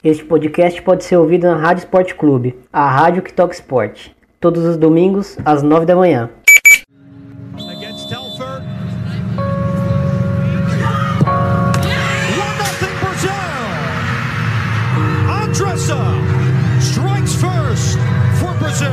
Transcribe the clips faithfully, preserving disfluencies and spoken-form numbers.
Este podcast pode ser ouvido na Rádio Sport Clube, a rádio que toca esporte, todos os domingos às nove da manhã. Strikes first for Brazil.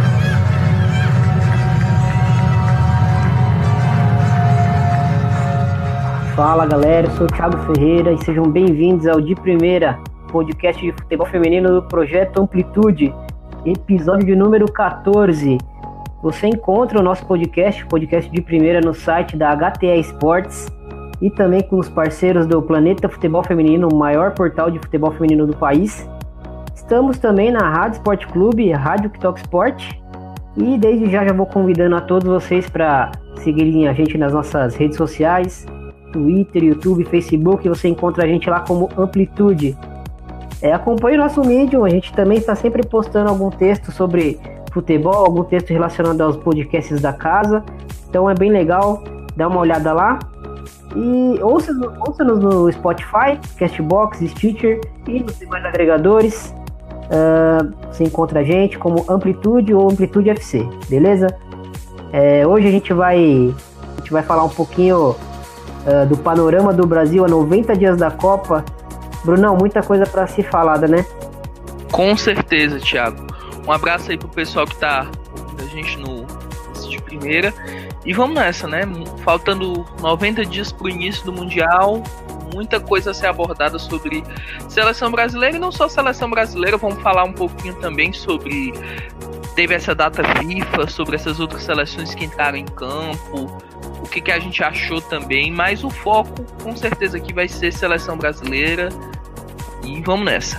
Fala galera, eu sou o Thiago Ferreira e sejam bem-vindos ao De Primeira, podcast de futebol feminino do Projeto Amplitude, episódio de número catorze. Você encontra o nosso podcast, podcast de primeira, no site da H T E Esportes e também com os parceiros do Planeta Futebol Feminino, o maior portal de futebol feminino do país. Estamos também na Rádio Sport Clube, a rádio que toca esporte. E desde já já vou convidando a todos vocês para seguirem a gente nas nossas redes sociais, Twitter, YouTube, Facebook. Você encontra a gente lá como Amplitude. É, acompanhe o nosso Medium, a gente também está sempre postando algum texto sobre futebol, algum texto relacionado aos podcasts da casa. Então é bem legal, dá uma olhada lá. E ouça-nos ouça no Spotify, Castbox, Stitcher e nos demais agregadores. Uh, você encontra a gente como Amplitude ou Amplitude F C, beleza? É, hoje a gente vai a gente vai falar um pouquinho uh, do panorama do Brasil a noventa dias da Copa. Brunão, muita coisa para se falar, né? Com certeza, Thiago. Um abraço aí pro pessoal que tá ouvindo a gente no de primeira. E vamos nessa, né? Faltando noventa dias pro início do Mundial, muita coisa a ser abordada sobre seleção brasileira e não só seleção brasileira. Vamos falar um pouquinho também sobre... Teve essa data FIFA, sobre essas outras seleções que entraram em campo, o que, que a gente achou também, mas o foco com certeza aqui vai ser seleção brasileira e vamos nessa.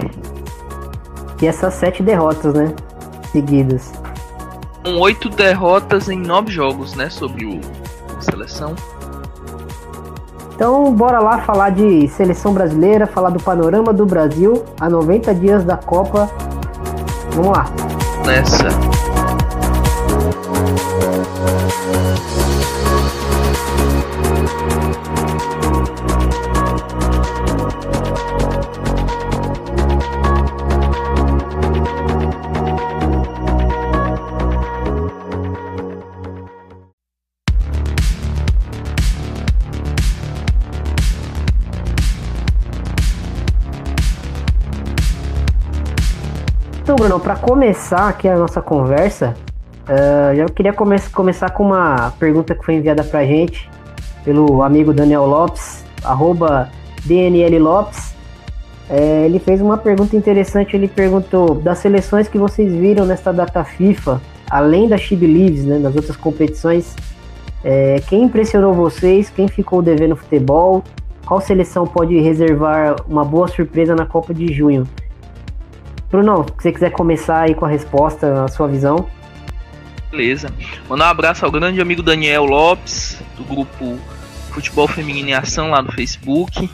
E essas sete derrotas, né? Seguidas. Com oito derrotas em nove jogos, né? Sobre o a seleção. Então bora lá falar de seleção brasileira, falar do panorama do Brasil a noventa dias da Copa. Vamos lá. Nessa. Então, Bruno, para começar aqui a nossa conversa, uh, já queria come- começar com uma pergunta que foi enviada pra gente pelo amigo Daniel Lopes, arroba D N L Lopes. É, ele fez uma pergunta interessante, ele perguntou: das seleções que vocês viram nesta data FIFA, além da She Believes, né, nas outras competições, é, quem impressionou vocês, quem ficou devendo futebol, qual seleção pode reservar uma boa surpresa na Copa de junho? Bruno, se você quiser começar aí com a resposta, a sua visão. Beleza. Mandar um abraço ao grande amigo Daniel Lopes, do grupo Futebol Feminino em Ação lá no Facebook.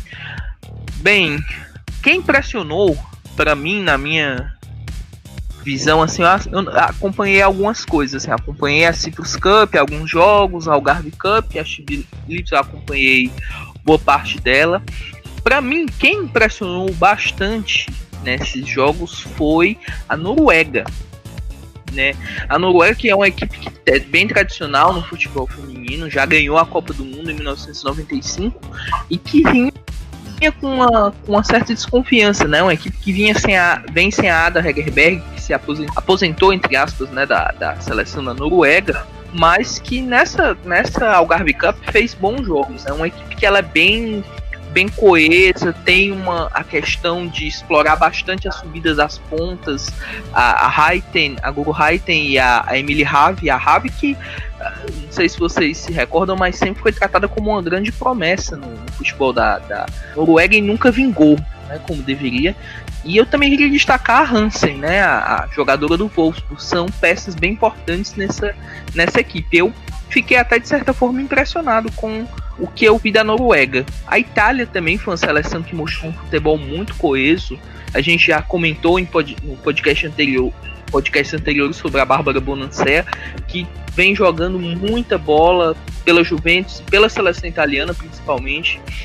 Bem, quem impressionou pra mim, na minha visão, assim, eu acompanhei algumas coisas. Assim, acompanhei a Citrus Cup, alguns jogos, a Algarve Cup, a Chibi Lips, eu acompanhei boa parte dela. Pra mim, quem impressionou bastante nesses jogos foi a Noruega, né? A Noruega, que é uma equipe que é bem tradicional no futebol feminino, já ganhou a Copa do Mundo em mil novecentos e noventa e cinco e que vinha com uma, com uma certa desconfiança, né? Uma equipe que vinha sem a, vem sem a Ada Hegerberg, que se aposentou, aposentou entre aspas, né, da, da seleção da Noruega, mas que nessa, nessa Algarve Cup fez bons jogos. É uma equipe que ela é bem bem coesa, tem uma, a questão de explorar bastante as subidas das pontas, a, a Heiten, a Guru Heiten e a, a Emily Have, a Have que, não sei se vocês se recordam, mas sempre foi tratada como uma grande promessa no, no futebol da, da Noruega e nunca vingou, né, como deveria. E eu também queria destacar a Hansen, né, a, a jogadora do Wolfsburg, são peças bem importantes nessa, nessa equipe. Eu fiquei até de certa forma impressionado com o que eu vi da Noruega. A Itália também foi uma seleção que mostrou um futebol muito coeso. A gente já comentou em pod- no podcast anterior, podcast anterior sobre a Bárbara Bonansea, que vem jogando muita bola pela Juventus, pela seleção italiana principalmente.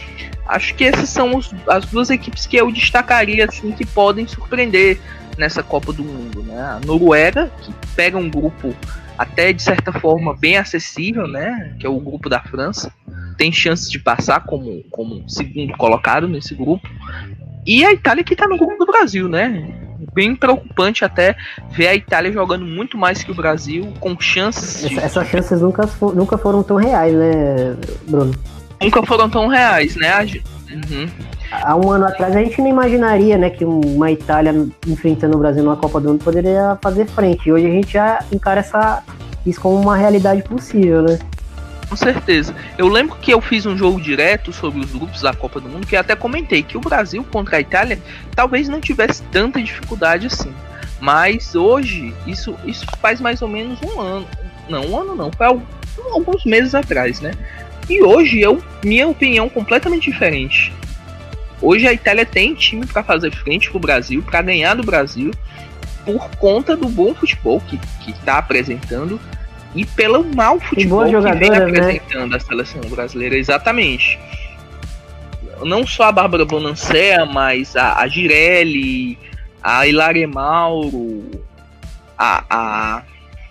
acho que essas são os, as duas equipes que eu destacaria assim, que podem surpreender nessa Copa do Mundo, né? A Noruega, que pega um grupo até de certa forma bem acessível, né? Que é o grupo da França, tem chances de passar como, como segundo colocado nesse grupo. E a Itália, que está no grupo do Brasil, né? Bem preocupante até ver a Itália jogando muito mais que o Brasil, com chances de... Essas chances nunca, nunca foram tão reais, né, Bruno? Nunca foram tão reais, né? Uhum. Há um ano atrás a gente não imaginaria, né, que uma Itália enfrentando o Brasil numa Copa do Mundo poderia fazer frente. E hoje a gente já encara essa, isso como uma realidade possível, né? Com certeza. Eu lembro que eu fiz um jogo direto sobre os grupos da Copa do Mundo, que eu até comentei que o Brasil contra a Itália talvez não tivesse tanta dificuldade assim. Mas hoje, isso, isso faz mais ou menos um ano. Não, um ano não, foi alguns meses atrás, né? E hoje, eu, minha opinião completamente diferente. Hoje a Itália tem time para fazer frente pro Brasil, para ganhar do Brasil, por conta do bom futebol que está apresentando e pelo mau futebol que vem apresentando, né, a seleção brasileira. Exatamente. Não só a Bárbara Bonancea, mas a, a Girelli, a Hilária Mauro, a, a...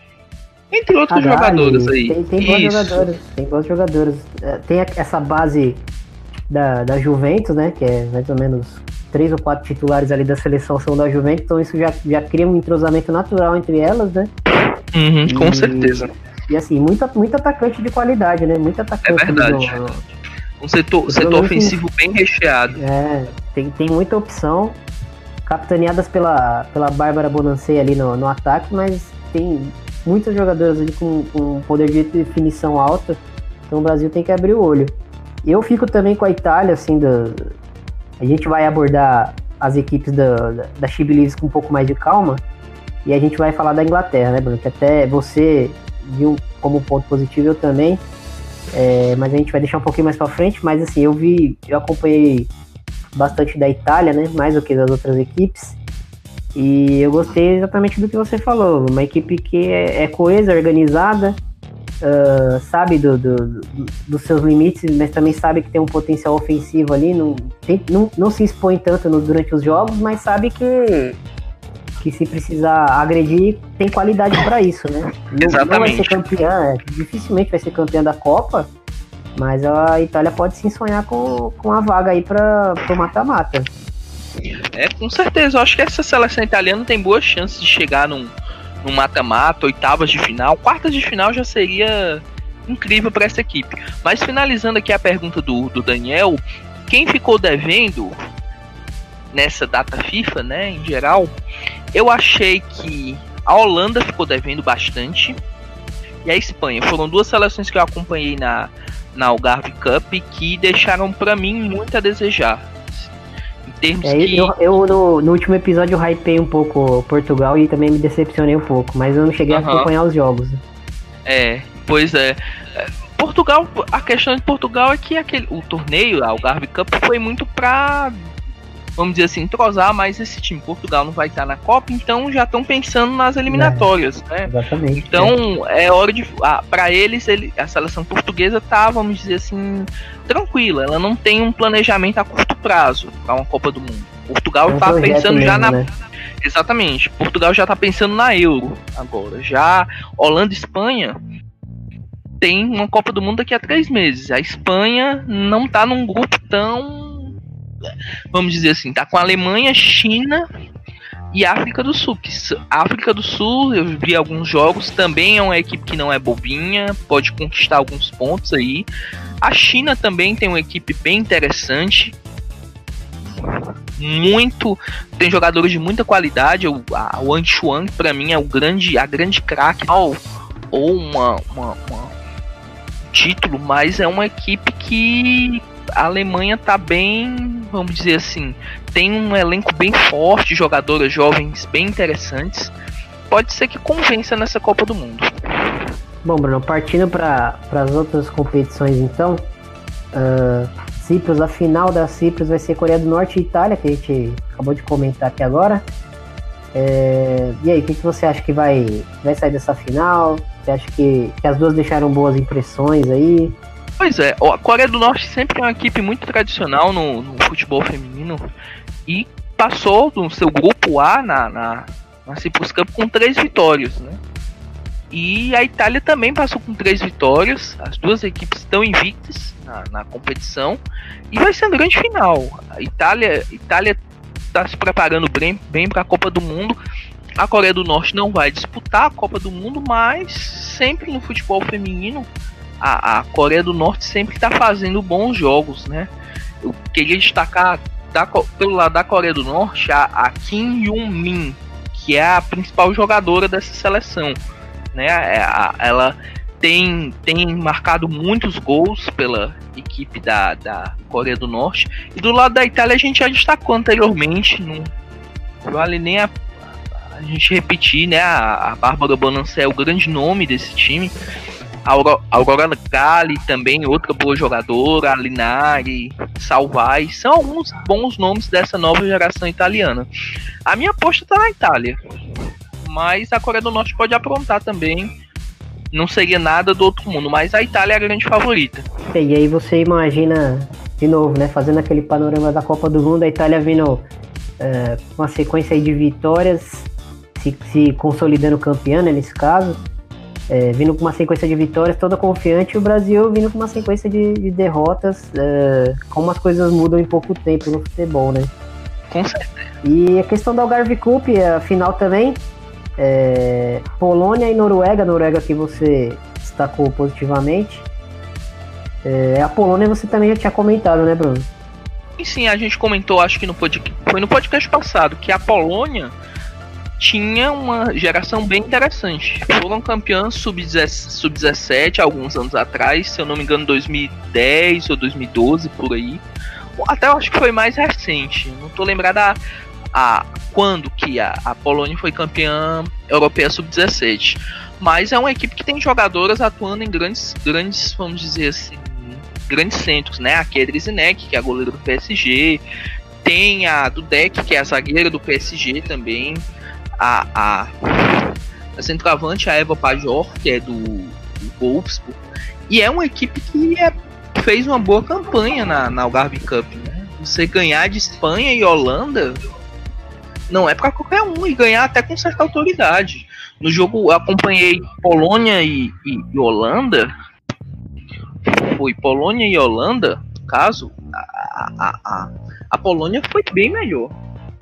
entre outros Haddad, jogadores aí. Tem, tem bons jogadores, tem bons jogadores. Tem essa base da, da Juventus, né, que é mais ou menos três ou quatro titulares ali da seleção são da Juventus, então isso já, já cria um entrosamento natural entre elas, né? Uhum, e, com certeza. E assim, muito, muito atacante de qualidade, né? Muito atacante. É verdade. Do, um setor, setor ofensivo bem recheado. É, tem, tem muita opção, capitaneadas pela, pela Bárbara Bonancea ali no, no ataque, mas tem muitos jogadores ali com, com poder de definição alta, então o Brasil tem que abrir o olho. Eu fico também com a Itália, assim, do, a gente vai abordar as equipes da, da, da She Believes com um pouco mais de calma, e a gente vai falar da Inglaterra, né, Bruno? Que até você viu como ponto positivo, eu também, é, mas a gente vai deixar um pouquinho mais pra frente. Mas assim, eu vi, eu acompanhei bastante da Itália, né, mais do que das outras equipes, e eu gostei exatamente do que você falou. Uma equipe que é, é coesa, organizada, uh, sabe do, do, do, dos seus limites, mas também sabe que tem um potencial ofensivo ali, não, tem, não, não se expõe tanto no, durante os jogos, mas sabe que que se precisar agredir, tem qualidade para isso, né? Não, não vai ser campeã, dificilmente vai ser campeã da Copa, mas a Itália pode sim sonhar com, com a vaga aí para o mata-mata. É, com certeza. Eu acho que essa seleção italiana tem boas chances de chegar num, num mata-mata, oitavas de final, quartas de final já seria incrível para essa equipe. Mas finalizando aqui a pergunta do, do Daniel, quem ficou devendo nessa data FIFA, né, em geral, eu achei que a Holanda ficou devendo bastante e a Espanha. Foram duas seleções que eu acompanhei na, na Algarve Cup que deixaram para mim muito a desejar. Em termos é, que... Eu, eu no, no último episódio eu hypei um pouco Portugal e também me decepcionei um pouco, mas eu não cheguei uhum. a acompanhar os jogos. É, pois é. Portugal, a questão de Portugal é que aquele, o torneio, a Algarve Cup, foi muito pra, vamos dizer assim, entrosar mais esse time. Portugal não vai estar na Copa, então já estão pensando nas eliminatórias, é, né? Exatamente. Então é, é hora de, ah, para eles, ele, a seleção portuguesa tá, vamos dizer assim, tranquila. Ela não tem um planejamento a curto prazo para uma Copa do Mundo. Portugal está é um pensando mesmo, já na, né? Exatamente. Portugal já está pensando na Euro agora. Já Holanda e Espanha tem uma Copa do Mundo daqui a três meses. A Espanha não tá num grupo tão, vamos dizer assim, tá com a Alemanha, China e África do Sul. A África do Sul, eu vi alguns jogos, também é uma equipe que não é bobinha, pode conquistar alguns pontos aí. A China também tem uma equipe bem interessante, muito, tem jogadores de muita qualidade. O, a Wang Chuan, para mim, é o grande, a grande craque, ou, ou uma, uma, uma título, mas é uma equipe que a Alemanha tá bem, vamos dizer assim, tem um elenco bem forte, jogadoras jovens bem interessantes. Pode ser que convença nessa Copa do Mundo. Bom, Bruno, partindo para as outras competições, então, uh, Cipros, a final da Cipros vai ser Coreia do Norte e Itália, que a gente acabou de comentar aqui agora. É, e aí, o que, que você acha que vai, vai sair dessa final? Você acha que, que as duas deixaram boas impressões aí? Pois é, a Coreia do Norte sempre é uma equipe muito tradicional no, no futebol feminino e passou do seu grupo A na, na, na Cyprus Cup com três vitórias, né? E a Itália também passou com três vitórias, as duas equipes estão invictas na, na competição e vai ser uma grande final. A Itália Itália está se preparando bem, bem para a Copa do Mundo. A Coreia do Norte não vai disputar a Copa do Mundo, mas sempre no futebol feminino a, a Coreia do Norte sempre está fazendo bons jogos, né? Eu queria destacar da, pelo lado da Coreia do Norte a, a Kim Yoon-min, que é a principal jogadora dessa seleção, né? A, a, ela tem, tem marcado muitos gols pela equipe da, da Coreia do Norte. E do lado da Itália a gente já destacou anteriormente, não vale nem a, a gente repetir, né? A, a Bárbara Bonansé é o grande nome desse time. A Aurora, Aurora Galli também, outra boa jogadora, a Linari, Salvai, são alguns bons nomes dessa nova geração italiana. A minha aposta está na Itália, mas a Coreia do Norte pode aprontar também, não seria nada do outro mundo, mas a Itália é a grande favorita. E aí você imagina, de novo, né, fazendo aquele panorama da Copa do Mundo, a Itália vindo uh, uma sequência aí de vitórias, se, se consolidando campeã, né, nesse caso. É, vindo com uma sequência de vitórias toda confiante, e o Brasil vindo com uma sequência de, de derrotas, é, como as coisas mudam em pouco tempo no futebol, né? Com certeza. E a questão da Algarve Cup, a final também, é, Polônia e Noruega, Noruega que você destacou positivamente. É, a Polônia você também já tinha comentado, né, Bruno? E sim, a gente comentou, acho que no podcast, foi no podcast passado, que a Polônia tinha uma geração bem interessante. Foram campeãs sub dezessete alguns anos atrás, se eu não me engano dois mil e dez ou dois mil e doze, por aí. Até eu acho que foi mais recente, não tô lembrado a, a, quando que a, a Polônia foi campeã europeia sub dezessete. Mas é uma equipe que tem jogadoras atuando em grandes, grandes vamos dizer assim, grandes centros, né? A Kedri Zinek, que é a goleira do P S G, tem a Dudek, que é a zagueira do P S G também, A, a, a centroavante, a Eva Pajor, que é do, do Wolfsburg, e é uma equipe que é, fez uma boa campanha na, na Algarve Cup, né? Você ganhar de Espanha e Holanda não é para qualquer um, e ganhar até com certa autoridade. No jogo eu acompanhei Polônia e, e, e Holanda, foi Polônia e Holanda, no caso, a, a, a, a Polônia foi bem melhor.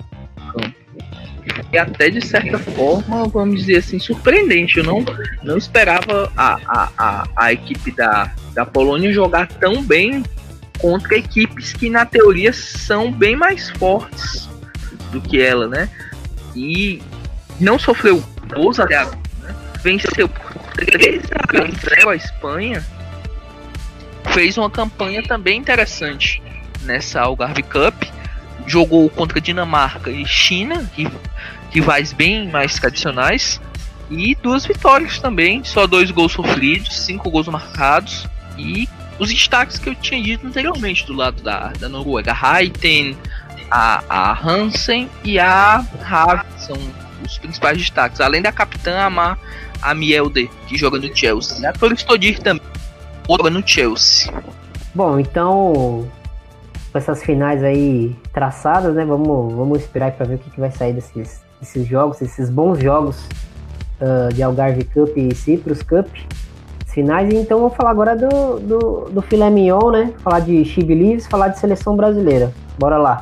E até de certa forma, vamos dizer assim, surpreendente. Eu não, não esperava a, a, a, a equipe da, da Polônia jogar tão bem contra equipes que na teoria são bem mais fortes do que ela, né? E não sofreu gols, aliás, né? Venceu por três a zero a Espanha. Fez uma campanha também interessante nessa Algarve Cup. Jogou contra Dinamarca e China, rivais bem mais tradicionais, e duas vitórias também, só dois gols sofridos, cinco gols marcados, e os destaques que eu tinha dito anteriormente do lado da, da Noruega, a Heiten, a, a Hansen e a Hav são os principais destaques, além da capitã Amar Amielde, que joga no Chelsea, a Toristodir também joga no Chelsea. Bom, então com essas finais aí traçadas, né? Vamos, vamos esperar para ver o que, que vai sair desses, desses jogos, esses bons jogos uh, de Algarve Cup e Cyprus Cup, finais. E então vamos falar agora do, do, do filé mignon, né? Falar de She Believes, falar de seleção brasileira. Bora lá.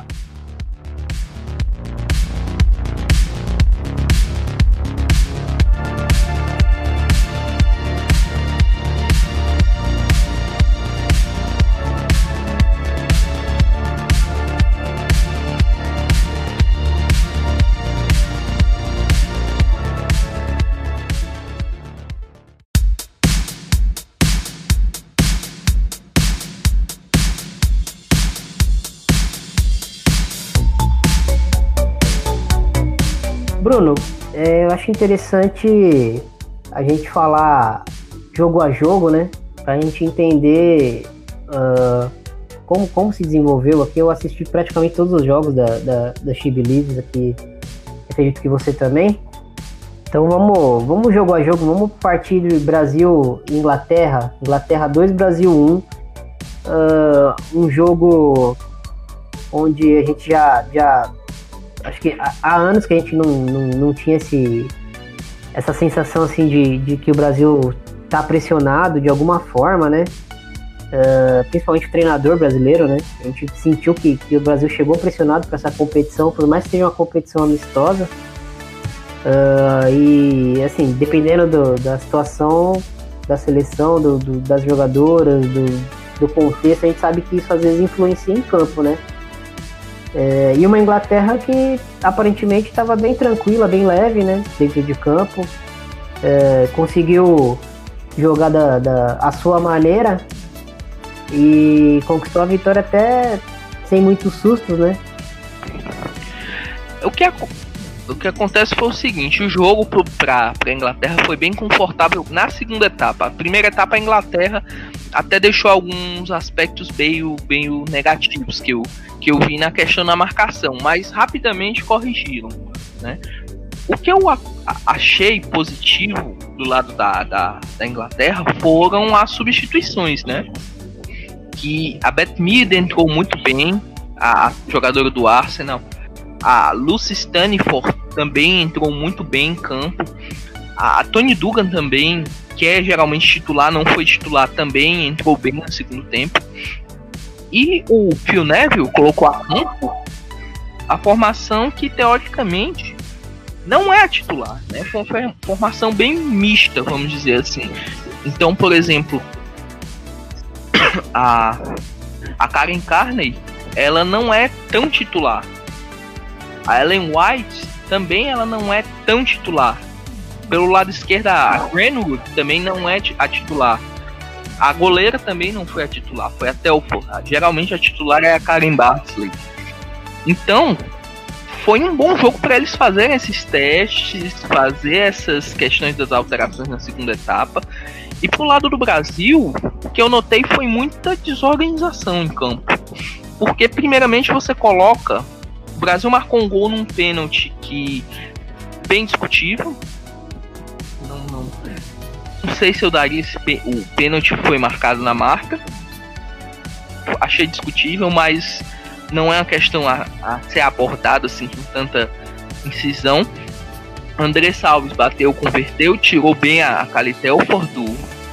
Bruno, é, eu acho interessante a gente falar jogo a jogo, né? Pra gente entender uh, como, como se desenvolveu aqui. Eu assisti praticamente todos os jogos da, da, da She Believes aqui, acredito que você também. Então vamos, vamos jogo a jogo, vamos partir de Brasil e Inglaterra. Inglaterra dois, Brasil um. uh, um jogo onde a gente já, já acho que há, há anos que a gente não, não, não tinha esse, essa sensação assim de, de que o Brasil tá pressionado de alguma forma, né? Uh, principalmente o treinador brasileiro, né? A gente sentiu que, que o Brasil chegou pressionado para essa competição, por mais que seja uma competição amistosa. Uh, e assim, dependendo do, da situação da seleção, do, do, das jogadoras, do, do contexto, a gente sabe que isso às vezes influencia em campo, né? É, e uma Inglaterra que aparentemente estava bem tranquila, bem leve, né? Dentro de campo, é, conseguiu jogar da, da, a sua maneira e conquistou a vitória até sem muitos sustos, né? O que, a, o que acontece foi o seguinte: o jogo para a Inglaterra foi bem confortável na segunda etapa. A primeira etapa a Inglaterra até deixou alguns aspectos meio, meio negativos que eu, que eu vi na questão da marcação, mas rapidamente corrigiram, né? O que eu a, a, achei positivo do lado da, da, da Inglaterra foram as substituições, né? Que a Beth Mead entrou muito bem, a, a jogadora do Arsenal. A Lucy Staniford também entrou muito bem em campo. A, a Toni Duggan também, que é geralmente titular, não foi titular, também entrou bem no segundo tempo. E o Phil Neville colocou a campo a formação que teoricamente não é a titular, né? Foi uma formação bem mista, vamos dizer assim. Então, por exemplo, a, a Karen Carney, ela não é tão titular. A Ellen White também ela não é tão titular. Pelo lado esquerdo, a Greenwood também não é a titular. A goleira também não foi a titular, foi a Telford. Geralmente a titular é a Karen Barnsley. Então, foi um bom jogo para eles fazerem esses testes, fazer essas questões das alterações na segunda etapa. E pro lado do Brasil, o que eu notei foi muita desorganização em campo. Porque, primeiramente, você coloca... O Brasil marcou um gol num pênalti que... bem discutível. Não, não, não sei se eu daria esse pê... O pênalti foi marcado na marca. Achei discutível, mas não é uma questão a, a ser abordada assim, com tanta incisão. Andressa Alves bateu, converteu, tirou bem a, a Kylie Telford do,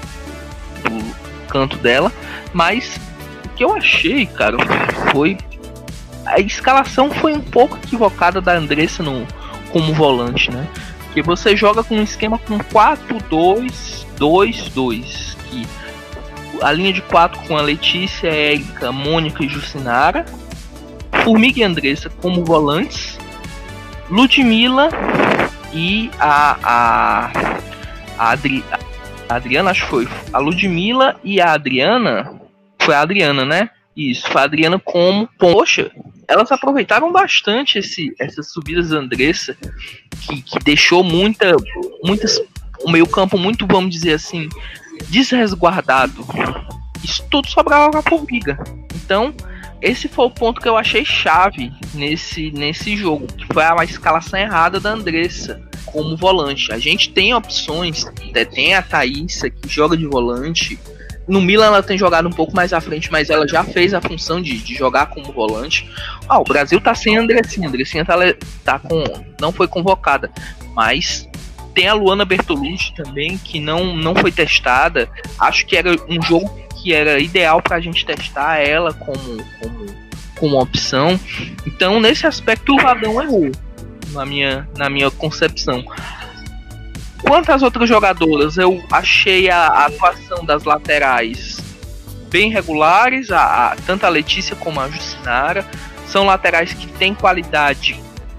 do canto dela. Mas o que eu achei, cara, foi... A escalação foi um pouco equivocada da Andressa no, como volante, né? Que você joga com um esquema com quatro dois dois dois. Que a linha de quatro com a Letícia, Érica, Mônica e Jucinara. Formiga e Andressa como volantes. Ludmilla e a, a, a, Adri, a Adriana, acho que foi. A Ludmilla e a Adriana. Foi a Adriana, né? Isso, foi a Adriana como... Poxa, elas aproveitaram bastante esse, essas subidas da Andressa, que, que deixou muita, muitas, o meio campo muito, vamos dizer assim, desresguardado. Isso tudo sobrava com a Formiga. Então, esse foi o ponto que eu achei chave nesse, nesse jogo, que foi a escalação errada da Andressa como volante. A gente tem opções, tem a Thaísa que joga de volante. No Milan ela tem jogado um pouco mais à frente, mas ela já fez a função de, de jogar como volante. Ah, o Brasil tá sem a Andressinha. A Andressinha tá, tá com, não foi convocada, mas tem a Luana Bertolucci também, que não, não foi testada. Acho que era um jogo que era ideal pra gente testar ela como, como, como opção. Então, nesse aspecto, o Vadão errou, na minha, na minha concepção. Quanto às outras jogadoras, eu achei a, a atuação das laterais bem regulares, a, a, tanto a Letícia como a Jucinara. São laterais que têm qualidade,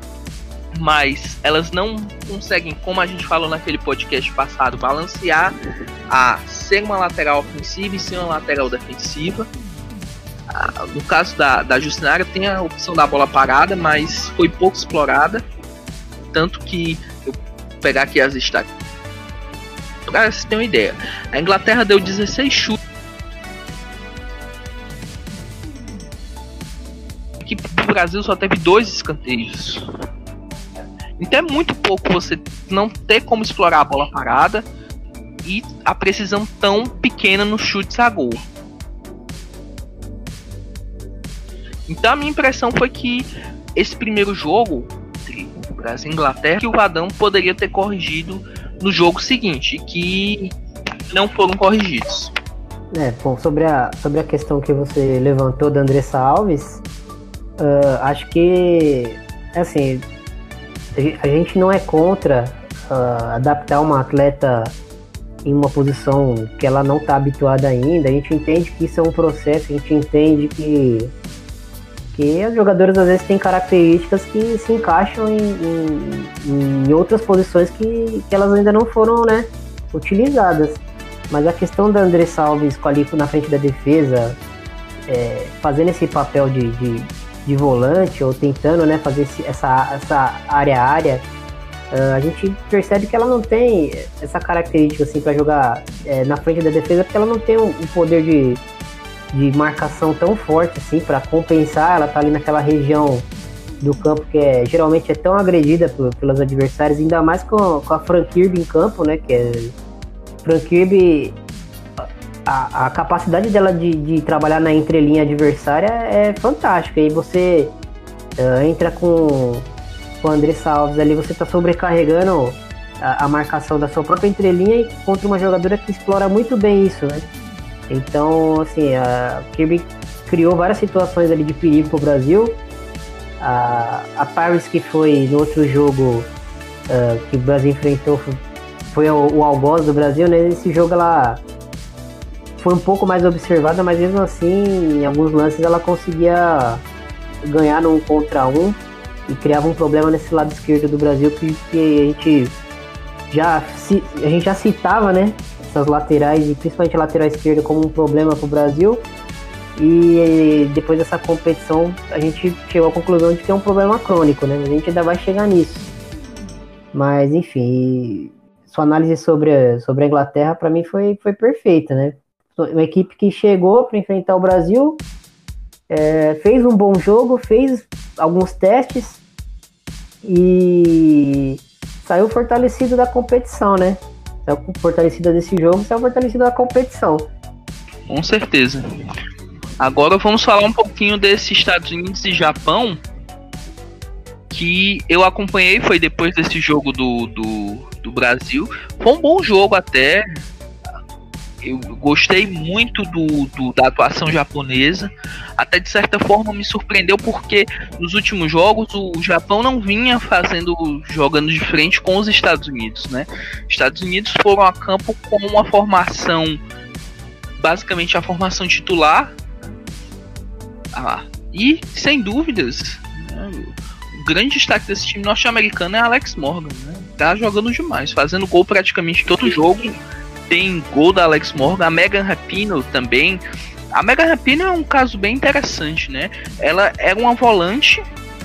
mas elas não conseguem, como a gente falou naquele podcast passado, balancear a ser uma lateral ofensiva e ser uma lateral defensiva. Ah, no caso da, da Jucinara, tem a opção da bola parada, mas foi pouco explorada. Tanto que pegar aqui as estatísticas para vocês terem uma ideia. A Inglaterra deu dezesseis chutes, que o Brasil só teve dois escanteios. Então é muito pouco você não ter como explorar a bola parada e a precisão tão pequena nos chutes a gol. Então a minha impressão foi que esse primeiro jogo entre Brasil e Inglaterra, que o Vadão poderia ter corrigido no jogo seguinte, que não foram corrigidos. É, bom, sobre a, sobre a questão que você levantou da Andressa Alves, uh, acho que, assim, a gente não é contra uh, adaptar uma atleta em uma posição que ela não está habituada ainda. A gente entende que isso é um processo, a gente entende que, que as jogadoras às vezes têm características que se encaixam em, em, em outras posições que, que elas ainda não foram, né, utilizadas. Mas a questão da Andressa Alves ali na frente da defesa, é, fazendo esse papel de, de, de volante, ou tentando, né, fazer esse, essa, essa área-área, uh, a gente percebe que ela não tem essa característica assim, para jogar é, na frente da defesa, porque ela não tem um, um poder de, de marcação tão forte assim, para compensar. Ela tá ali naquela região do campo que é, geralmente é tão agredida por, pelos adversários, ainda mais com, com a Fran Kirby em campo, né, que é... Fran Kirby, a, a capacidade dela de, de trabalhar na entrelinha adversária é fantástica. E você uh, entra com, com a Andressa Alves ali, você está sobrecarregando a, a marcação da sua própria entrelinha e contra uma jogadora que explora muito bem isso, né? Então, assim, a Kirby criou várias situações ali de perigo para o Brasil. A, a Paris, que foi no outro jogo uh, que o Brasil enfrentou, foi o, o algoz do Brasil, né? Esse jogo ela foi um pouco mais observada, mas mesmo assim, em alguns lances ela conseguia ganhar no um contra um e criava um problema nesse lado esquerdo do Brasil que, que a gente já a gente já citava, né? Essas laterais, e principalmente a lateral esquerda, como um problema para o Brasil. E depois dessa competição a gente chegou à conclusão de que é um problema crônico, né? A gente ainda vai chegar nisso. Mas enfim, sua análise sobre, sobre a Inglaterra, para mim, foi, foi perfeita, né? Uma equipe que chegou para enfrentar o Brasil, é, fez um bom jogo, fez alguns testes e saiu fortalecido da competição, né? Saiu fortalecida desse jogo, saiu fortalecido da competição. Com certeza. Agora vamos falar um pouquinho desses Estados Unidos e Japão, que eu acompanhei, foi depois desse jogo do, do, do Brasil. Foi um bom jogo até. Eu gostei muito do, do, da atuação japonesa. Até de certa forma me surpreendeu, porque nos últimos jogos o Japão não vinha fazendo, jogando de frente com os Estados Unidos, né? Os Estados Unidos foram a campo com uma formação, basicamente a formação titular. Ah, e sem dúvidas, né, o grande destaque desse time norte-americano é Alex Morgan, né? Tá jogando demais, fazendo gol praticamente todo jogo. Tem gol da Alex Morgan. A Megan Rapinoe também. A Megan Rapinoe é um caso bem interessante, né? Ela era uma volante,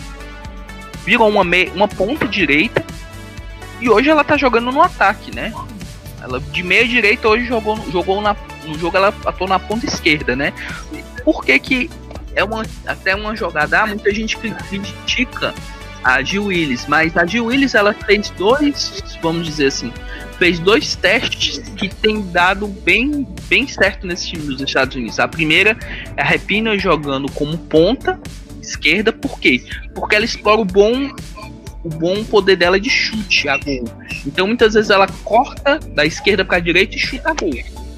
virou uma, me- uma ponta direita, e hoje ela tá jogando no ataque, né? Ela de meia direita hoje jogou, jogou na, no jogo, ela atuou na ponta esquerda, né? Por que que é uma, até uma jogada? Ah, muita gente critica a Jill Willis, mas a Jill Willis, ela fez dois, vamos dizer assim, fez dois testes que tem dado bem, bem certo nesse time dos Estados Unidos. A primeira é a Rapinoe jogando como ponta esquerda. Por quê? Porque ela explora o bom, o bom poder dela de chute a gol. Então muitas vezes ela corta da esquerda para a direita e chuta a gol.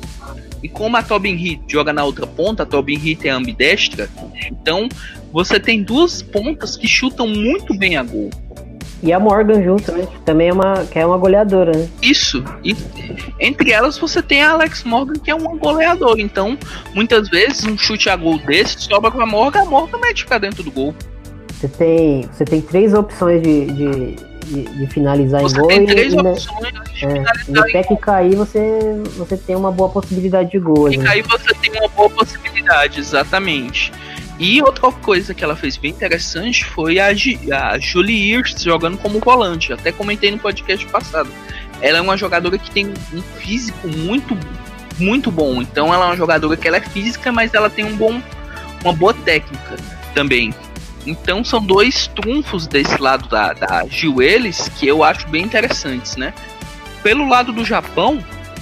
E como a Tobin Heath joga na outra ponta, a Tobin Heath é ambidestra, então você tem duas pontas que chutam muito bem a gol. E a Morgan junto, né? Que também é uma, que é uma goleadora, né? Isso. E entre elas você tem a Alex Morgan, que é uma goleadora. Então, muitas vezes, um chute a gol desse sobra pra Morgan, a Morgan mete pra dentro do gol. Você tem, você tem três opções de, de, de, de finalizar você em gol. Você tem três e, opções e, de finalizar é, e até que cair, você, você tem uma boa possibilidade de gol. E né? cair você tem uma boa possibilidade, exatamente. E outra coisa que ela fez bem interessante foi a, G- a Julie Ertz jogando como volante. Até comentei no podcast passado. Ela é uma jogadora que tem um físico muito, muito bom. Então ela é uma jogadora que ela é física, mas ela tem um bom, uma boa técnica também. Então são dois trunfos desse lado da, da Jill Willis que eu acho bem interessantes, né? Pelo lado do Japão,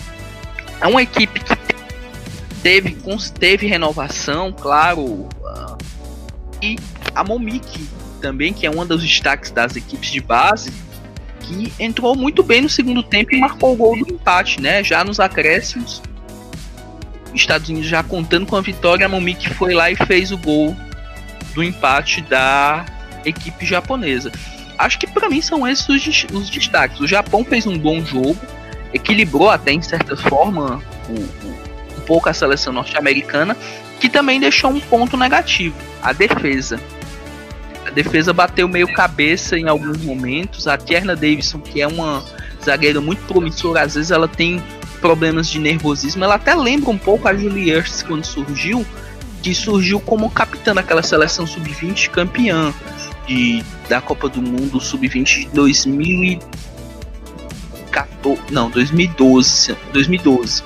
é uma equipe que teve, teve renovação, claro. E a Momiki também, que é uma dos destaques das equipes de base, que entrou muito bem no segundo tempo e marcou o gol do empate, né? Já nos acréscimos, os Estados Unidos já contando com a vitória, a Momiki foi lá e fez o gol do empate da equipe japonesa. Acho que para mim são esses os, os destaques. O Japão fez um bom jogo, equilibrou até em certa forma o, o, um pouco a seleção norte-americana, que também deixou um ponto negativo, a defesa. A defesa bateu meio cabeça em alguns momentos. A Tierna Davidson, que é uma zagueira muito promissora, às vezes ela tem problemas de nervosismo. Ela até lembra um pouco a Julie Ertz quando surgiu, que surgiu como capitã daquela seleção sub vinte campeã de, da Copa do Mundo sub vinte de dois mil e quatorze, não, dois mil e doze, dois mil e doze.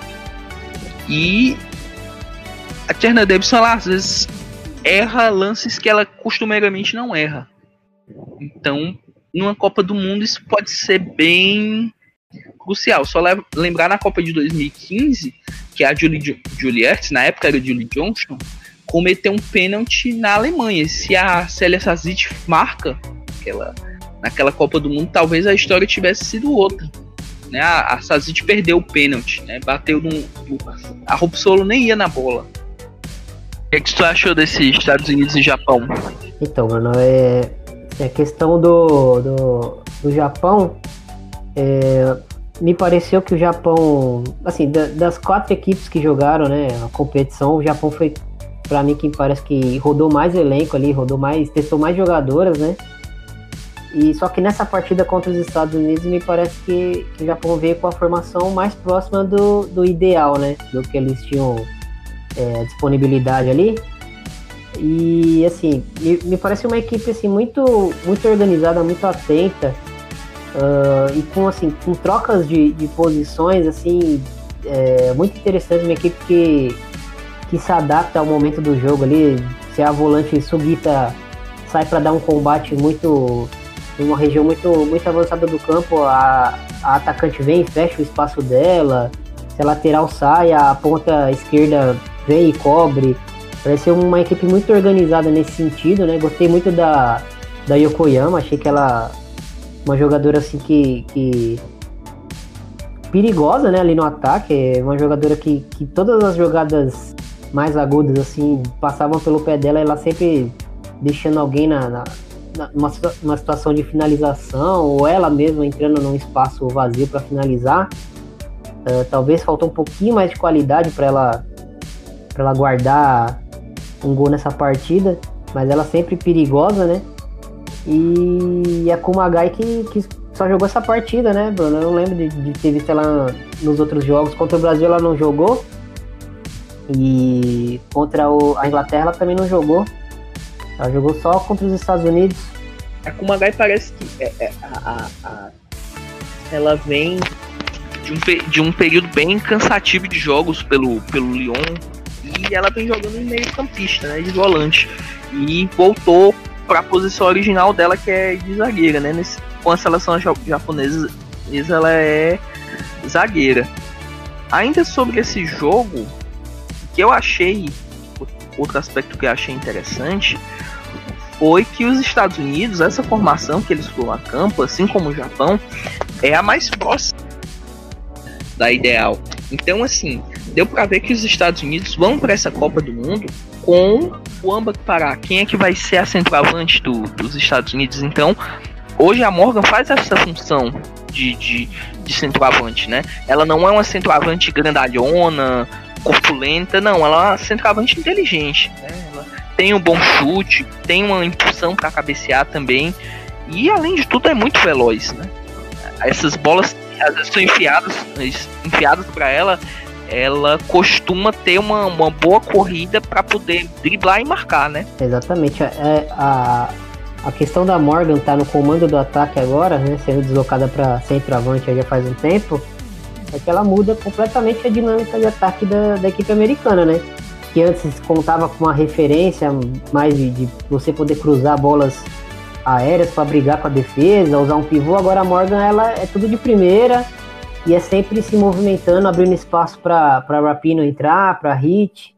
E a Tierna Davidson, ela às vezes erra lances que ela costumeiramente não erra. Então, numa Copa do Mundo isso pode ser bem crucial. Só lembrar na Copa de dois mil e quinze que a Julie, Julie Ertz, na época era Julie Johnson, cometeu um pênalti na Alemanha. Se a Célia Sazic marca aquela, naquela Copa do Mundo, talvez a história tivesse sido outra, né? A, a Sazic perdeu o pênalti, né? Bateu no, no a Robsolo nem ia na bola. O que, é que tu achou desse Estados Unidos e Japão? Então, mano, é, é questão do, do, do Japão. É, me pareceu que o Japão, assim, da, das quatro equipes que jogaram, né, a competição, o Japão foi, pra mim, que parece que rodou mais elenco ali, rodou mais, testou mais jogadoras, né? E só que nessa partida contra os Estados Unidos, me parece que, que o Japão veio com a formação mais próxima do, do ideal, né? Do que eles tinham é, disponibilidade ali. E, assim, me, me parece uma equipe, assim, muito, muito organizada, muito atenta. Uh, e com, assim, com trocas de, de posições, assim, é, muito interessante. Uma equipe que, que se adapta ao momento do jogo ali. Se a volante Sugita sai para dar um combate muito... em uma região muito, muito avançada do campo, a, a atacante vem e fecha o espaço dela. Se a lateral sai, a ponta esquerda vem e cobre. Parece uma equipe muito organizada nesse sentido, né? Gostei muito da, da Yokoyama, achei que ela uma jogadora assim que, que perigosa, né, ali no ataque. É uma jogadora que, que todas as jogadas mais agudas assim passavam pelo pé dela, ela sempre deixando alguém na, na Uma, uma situação de finalização, ou ela mesma entrando num espaço vazio para finalizar. Uh, talvez faltou um pouquinho mais de qualidade para ela para ela guardar um gol nessa partida, mas ela sempre perigosa, né? E a Kumagai que, que só jogou essa partida, né, Bruno? Eu não lembro de, de ter visto ela nos outros jogos. Contra o Brasil ela não jogou, e contra o, a Inglaterra ela também não jogou. Ela jogou só contra os Estados Unidos. A Kumagai parece que é, é, a, a, a, ela vem de um, de um período bem cansativo de jogos pelo, pelo Lyon, e ela vem jogando em meio campista, né, de volante, e voltou para a posição original dela, que é de zagueira, né? Nesse, com a seleção japonesa ela é zagueira. Ainda sobre esse jogo, que eu achei, outro aspecto que eu achei interessante foi que os Estados Unidos, essa formação que eles foram a campo, assim como o Japão, é a mais próxima da ideal. Então, assim, deu para ver que os Estados Unidos vão para essa Copa do Mundo com o Amba Pará. Quem é que vai ser a centroavante do, dos Estados Unidos? Então, hoje a Morgan faz essa função de, de, de centroavante, né? Ela não é uma centroavante grandalhona, corpulenta, não, ela é uma centroavante inteligente, né? Ela tem um bom chute, tem uma impulsão para cabecear também, e além de tudo é muito veloz, né? Essas bolas às vezes são enfiadas, enfiadas para ela, ela costuma ter uma, uma boa corrida para poder driblar e marcar, né? Exatamente, é, a, a questão da Morgan tá no comando do ataque agora, né? Sendo deslocada para centroavante já faz um tempo. É que ela muda completamente a dinâmica de ataque da, da equipe americana, né? Que antes contava com uma referência mais de, de você poder cruzar bolas aéreas para brigar com a defesa, usar um pivô. Agora a Morgan, ela é tudo de primeira e é sempre se movimentando, abrindo espaço para Rapinoe entrar, para Hit.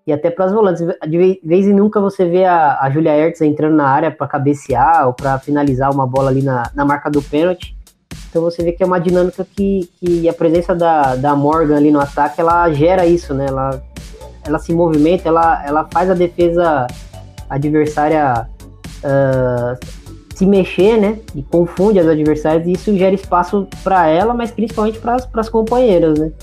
e até para as volantes. De vez em nunca você vê a, a Julia Ertz entrando na área para cabecear ou para finalizar uma bola ali na, na marca do pênalti. Então você vê que é uma dinâmica que, que a presença da, da Morgan ali no ataque, ela gera isso, né? Ela, ela se movimenta, ela, ela faz a defesa adversária uh, se mexer, né? E confunde as adversárias, e isso gera espaço para ela, mas principalmente para as companheiras, né?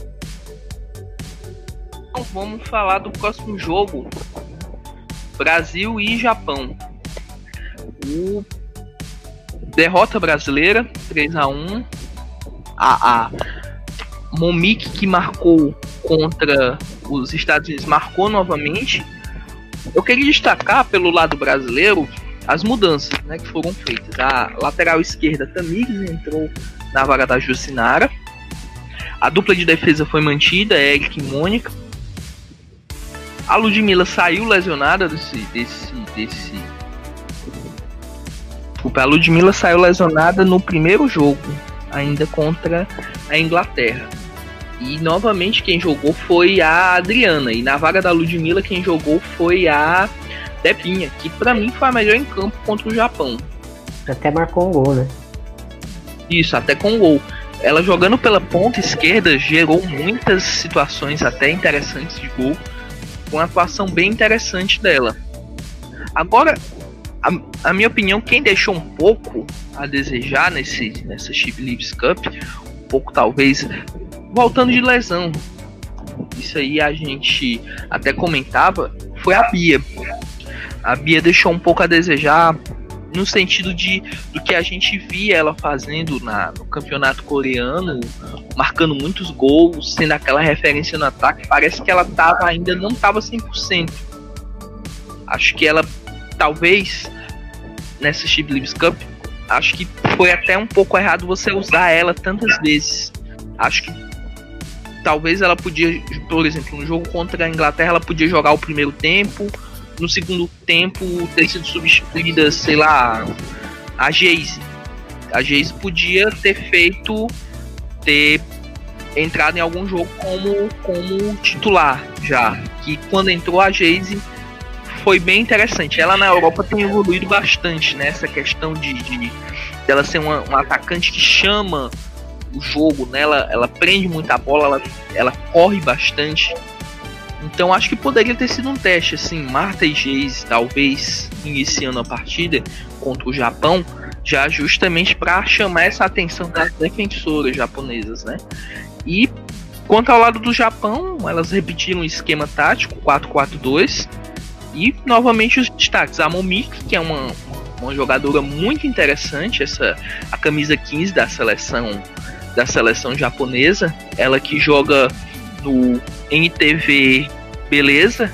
Então vamos falar do próximo jogo: Brasil e Japão. O derrota brasileira, três a um. A, a Momik, que marcou contra os Estados Unidos, marcou novamente. Eu queria destacar, pelo lado brasileiro, as mudanças, né, que foram feitas. A lateral esquerda, Tamires, entrou na vaga da Jucinara. A dupla de defesa foi mantida, Eric e Mônica. A Ludmilla saiu lesionada desse... desse, desse... Desculpa, a Ludmilla saiu lesionada no primeiro jogo, ainda contra a Inglaterra. E novamente quem jogou foi a Adriana. E na vaga da Ludmilla quem jogou foi a Debinha, que pra mim foi a melhor em campo contra o Japão. Até marcou um gol, né? Isso, até com gol. Ela jogando pela ponta esquerda gerou muitas situações até interessantes de gol, com uma atuação bem interessante dela. Agora, a, a minha opinião, quem deixou um pouco a desejar nesse, nessa She Believes Cup, um pouco talvez voltando de lesão, isso aí a gente até comentava, foi a Bia. A Bia deixou um pouco a desejar no sentido de do que a gente via ela fazendo na, no campeonato coreano, marcando muitos gols, sendo aquela referência no ataque. Parece que ela tava, ainda não estava cem por cento. Acho que ela, talvez, nessa She Believes Cup, acho que foi até um pouco errado você usar ela tantas vezes. Acho que talvez ela podia, por exemplo, no jogo contra a Inglaterra, ela podia jogar o primeiro tempo, no segundo tempo ter sido substituída, sei lá, a Geise. A Geise podia ter feito, ter entrado em algum jogo como, como titular já. Que quando entrou a Geise foi bem interessante. Ela na Europa tem evoluído bastante, né? Essa questão de, de dela ser uma, um atacante que chama o jogo, né? Ela, ela prende muita bola, ela, ela corre bastante. Então acho que poderia ter sido um teste, assim, Marta e Geise talvez iniciando a partida contra o Japão, já justamente para chamar essa atenção das defensoras japonesas, né? E quanto ao lado do Japão, elas repetiram o esquema tático quatro quatro dois e novamente os destaques, a Momik, que é uma, uma jogadora muito interessante, essa, a camisa quinze da seleção, da seleção japonesa, ela que joga no N T V Beleza,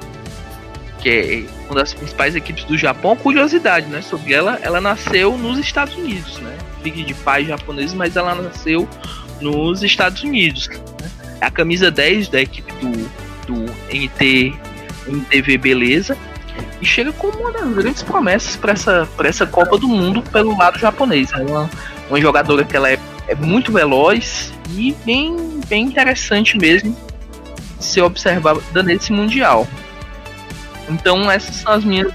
que é uma das principais equipes do Japão. Curiosidade, né, sobre ela, ela nasceu nos Estados Unidos, né, filha de pais japoneses, mas ela nasceu nos Estados Unidos, né? É a camisa dez da equipe do, do N T, N T V Beleza, e chega como uma das grandes promessas para essa, para essa Copa do Mundo pelo lado japonês. É uma, uma jogadora que ela é, é muito veloz e bem, bem interessante mesmo ser observada nesse Mundial. Então essas são as minhas.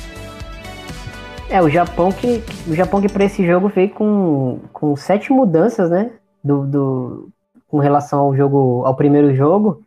É, o Japão que, o Japão que para esse jogo veio com, com sete mudanças, né? Do, do, com relação ao jogo, ao primeiro jogo.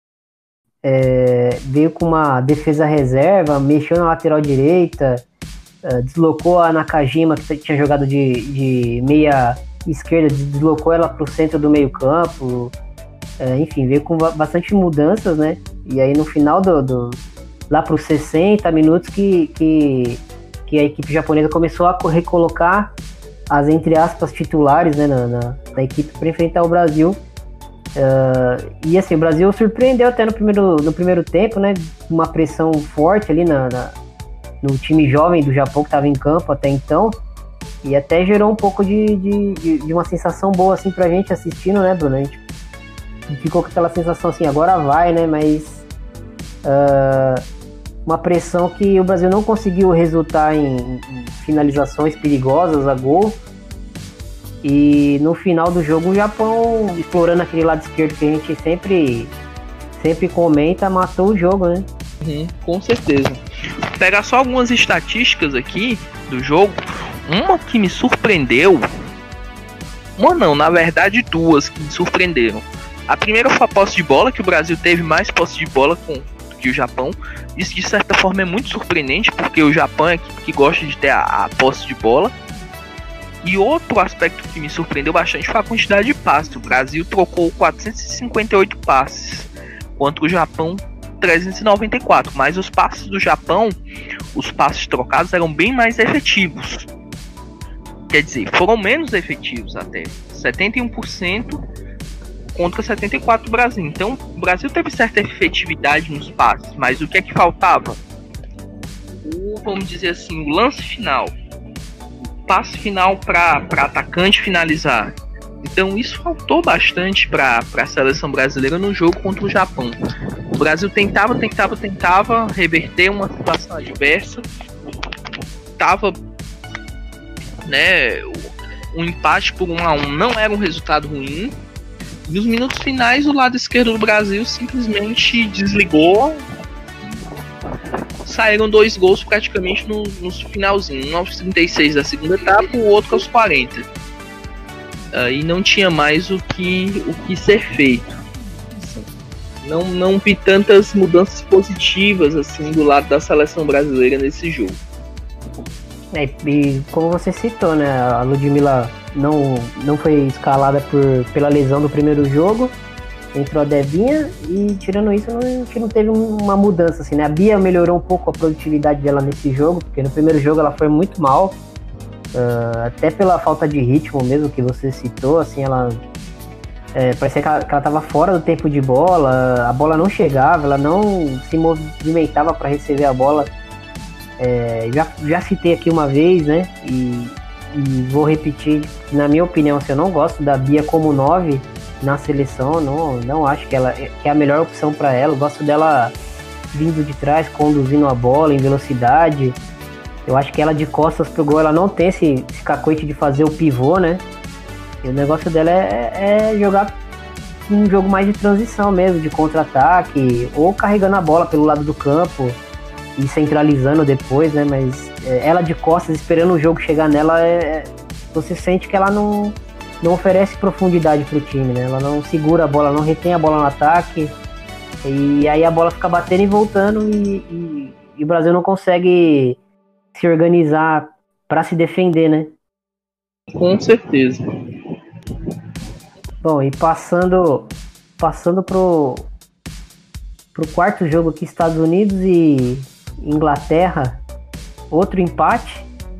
É, veio com uma defesa reserva, mexeu na lateral direita, é, deslocou a Nakajima, que tinha jogado de, de meia esquerda, deslocou ela para o centro do meio campo. É, enfim, veio com bastante mudanças, né? E aí no final do, do lá para os sessenta minutos que, que, que a equipe japonesa começou a recolocar as, entre aspas, titulares, né, na, na, da equipe para enfrentar o Brasil. Uh, e assim, o Brasil surpreendeu até no primeiro, no primeiro tempo, né? Uma pressão forte ali na, na, no time jovem do Japão que estava em campo até então. E até gerou um pouco de, de, de, de uma sensação boa assim pra gente assistindo, né, Bruno? A gente ficou com aquela sensação assim, agora vai, né? Mas uh, uma pressão que o Brasil não conseguiu resultar em, em finalizações perigosas a gol. E no final do jogo o Japão, explorando aquele lado esquerdo que a gente sempre, sempre comenta, matou o jogo, né? Uhum, com certeza. Vou pegar só algumas estatísticas aqui do jogo. Uma que me surpreendeu. Uma não, na verdade duas que me surpreenderam. A primeira foi a posse de bola, que o Brasil teve mais posse de bola com, do que o Japão. Isso de certa forma é muito surpreendente, porque o Japão é a equipe que gosta de ter a, a posse de bola. E outro aspecto que me surpreendeu bastante foi a quantidade de passes. O Brasil trocou quatrocentos e cinquenta e oito passes, contra o Japão trezentos e noventa e quatro. Mas os passes do Japão, os passes trocados eram bem mais efetivos. Quer dizer, foram menos efetivos até. setenta e um por cento contra setenta e quatro por cento do Brasil. Então, o Brasil teve certa efetividade nos passes, mas o que é que faltava? O, vamos dizer assim, o lance final. O passe final para atacante finalizar. Então, isso faltou bastante para a seleção brasileira no jogo contra o Japão. O Brasil tentava, tentava, tentava reverter uma situação adversa. Tava... Né, um empate por um a um não era um resultado ruim. E nos minutos finais o lado esquerdo do Brasil simplesmente desligou. Saíram dois gols praticamente no, no finalzinho, um aos trinta e seis da segunda etapa, o outro aos quarenta. Aí uh, não tinha mais o que, o que ser feito. Não, não vi tantas mudanças positivas assim do lado da seleção brasileira nesse jogo. É, e como você citou, né, a Ludmilla não, não foi escalada por, pela lesão do primeiro jogo, entrou a Debinha e tirando isso não, a gente não teve uma mudança assim, né? A Bia melhorou um pouco a produtividade dela nesse jogo, porque no primeiro jogo ela foi muito mal, uh, até pela falta de ritmo mesmo que você citou, assim, ela é, parecia que ela, que ela tava fora do tempo de bola, a bola não chegava, ela não se movimentava para receber a bola. É, já, já citei aqui uma vez, né, e, e vou repetir, na minha opinião, assim, eu não gosto da Bia como nove na seleção, não, não acho que ela que é a melhor opção para ela. Eu gosto dela vindo de trás, conduzindo a bola em velocidade. Eu acho que ela de costas pro gol, ela não tem esse, esse cacoete de fazer o pivô, né, e o negócio dela é, é jogar um jogo mais de transição mesmo, de contra-ataque, ou carregando a bola pelo lado do campo e centralizando depois, né? Mas é, ela de costas, esperando o jogo chegar nela, é, você sente que ela não, não oferece profundidade pro time, né? Ela não segura a bola, não retém a bola no ataque, e aí a bola fica batendo e voltando, e, e, e o Brasil não consegue se organizar para se defender, né? Com certeza. Bom, e passando, passando pro, pro quarto jogo aqui, Estados Unidos e Inglaterra, outro empate.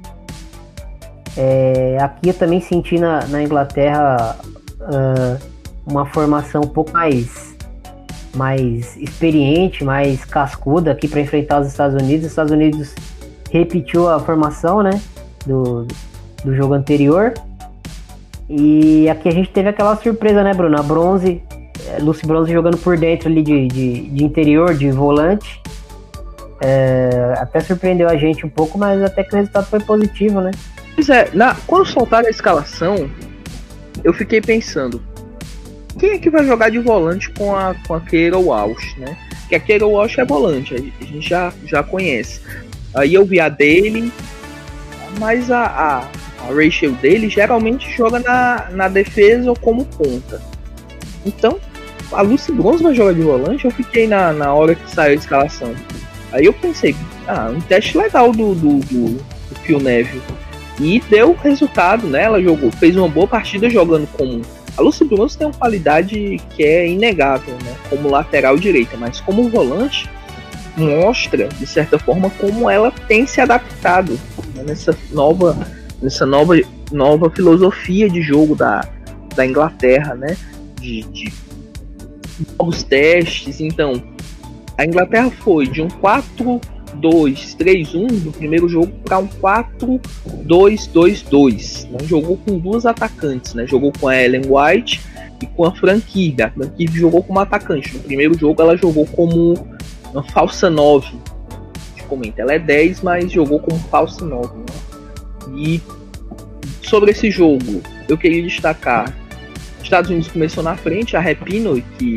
É, aqui eu também senti na, na Inglaterra uh, uma formação um pouco mais, mais experiente, mais cascuda aqui para enfrentar os Estados Unidos. Os Estados Unidos repetiu a formação, né, do, do jogo anterior. E aqui a gente teve aquela surpresa, né, Bruno? A Bronze, Lucy Bronze jogando por dentro ali de, de, de interior, de volante. É, até surpreendeu a gente um pouco, mas até que o resultado foi positivo, né? Pois é, na, quando soltaram a escalação, eu fiquei pensando, quem é que vai jogar de volante com a, com a Keira Walsh, né? Que a Keira Walsh é volante, a gente já, já conhece. Aí eu vi a Daly, mas a, a, a Rachel Daly geralmente joga na, na defesa ou como ponta. Então, a Lucy Bronze vai jogar de volante? Eu fiquei na, na hora que saiu a escalação. Aí eu pensei, ah, um teste legal do, do, do, do Phil Neville. E deu resultado, né? Ela jogou, fez uma boa partida jogando como... A Lucy Bronze tem uma qualidade que é inegável, né? Como lateral direita, mas como volante, mostra, de certa forma, como ela tem se adaptado, né? nessa nova, nessa nova, nova filosofia de jogo da, da Inglaterra, né? De, de novos testes. Então, a Inglaterra foi de um quatro dois três um no primeiro jogo para um quatro dois dois dois. Né? Jogou com duas atacantes, né? Jogou com a Ellen White e com a Fran Kirby. A Fran Kirby jogou como atacante. No primeiro jogo ela jogou como uma falsa nove. A gente comenta, ela é dez, mas jogou como falsa nove. Né? E sobre esse jogo, eu queria destacar: Estados Unidos começou na frente, a Rapinoe, que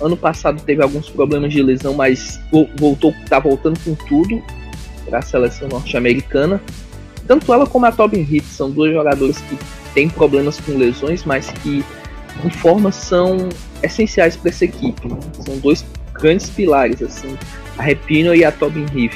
ano passado teve alguns problemas de lesão, mas voltou, tá voltando com tudo para a seleção norte-americana. Tanto ela como a Tobin Heath são duas jogadoras que têm problemas com lesões, mas que em forma são essenciais para essa equipe. Né? São dois grandes pilares, assim, a Rapinoe e a Tobin Heath.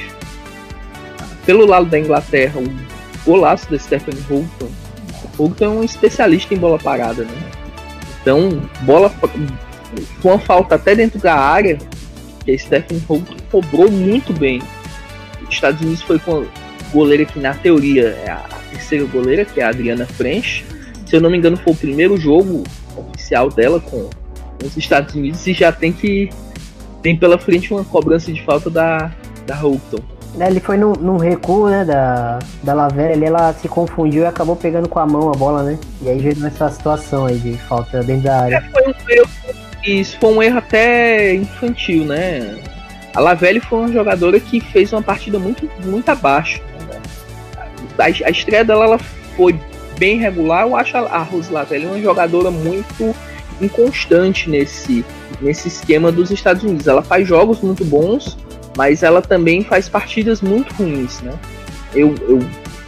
Pelo lado da Inglaterra, o golaço da Stephanie Houghton. Houghton é um especialista em bola parada, né? Então, bola foi uma falta até dentro da área, que a Stephanie Houghton cobrou muito bem. Os Estados Unidos foi com a goleira que, na teoria, é a terceira goleira, que é a Adriana French. Se eu não me engano, foi o primeiro jogo oficial dela com os Estados Unidos e já tem que tem pela frente uma cobrança de falta da, da Houghton. Ele foi num, num recuo, né, da, da Lavelle, ali ela se confundiu e acabou pegando com a mão a bola, né? E aí gerou essa situação aí de falta dentro da área. É, foi um erro, isso foi um erro até infantil, né? A Lavelle foi uma jogadora que fez uma partida muito, muito abaixo. Né? A, a estreia dela ela foi bem regular. Eu acho a, a Rose Lavelle uma jogadora muito inconstante nesse, nesse esquema dos Estados Unidos. Ela faz jogos muito bons, mas ela também faz partidas muito ruins, né? Eu, eu,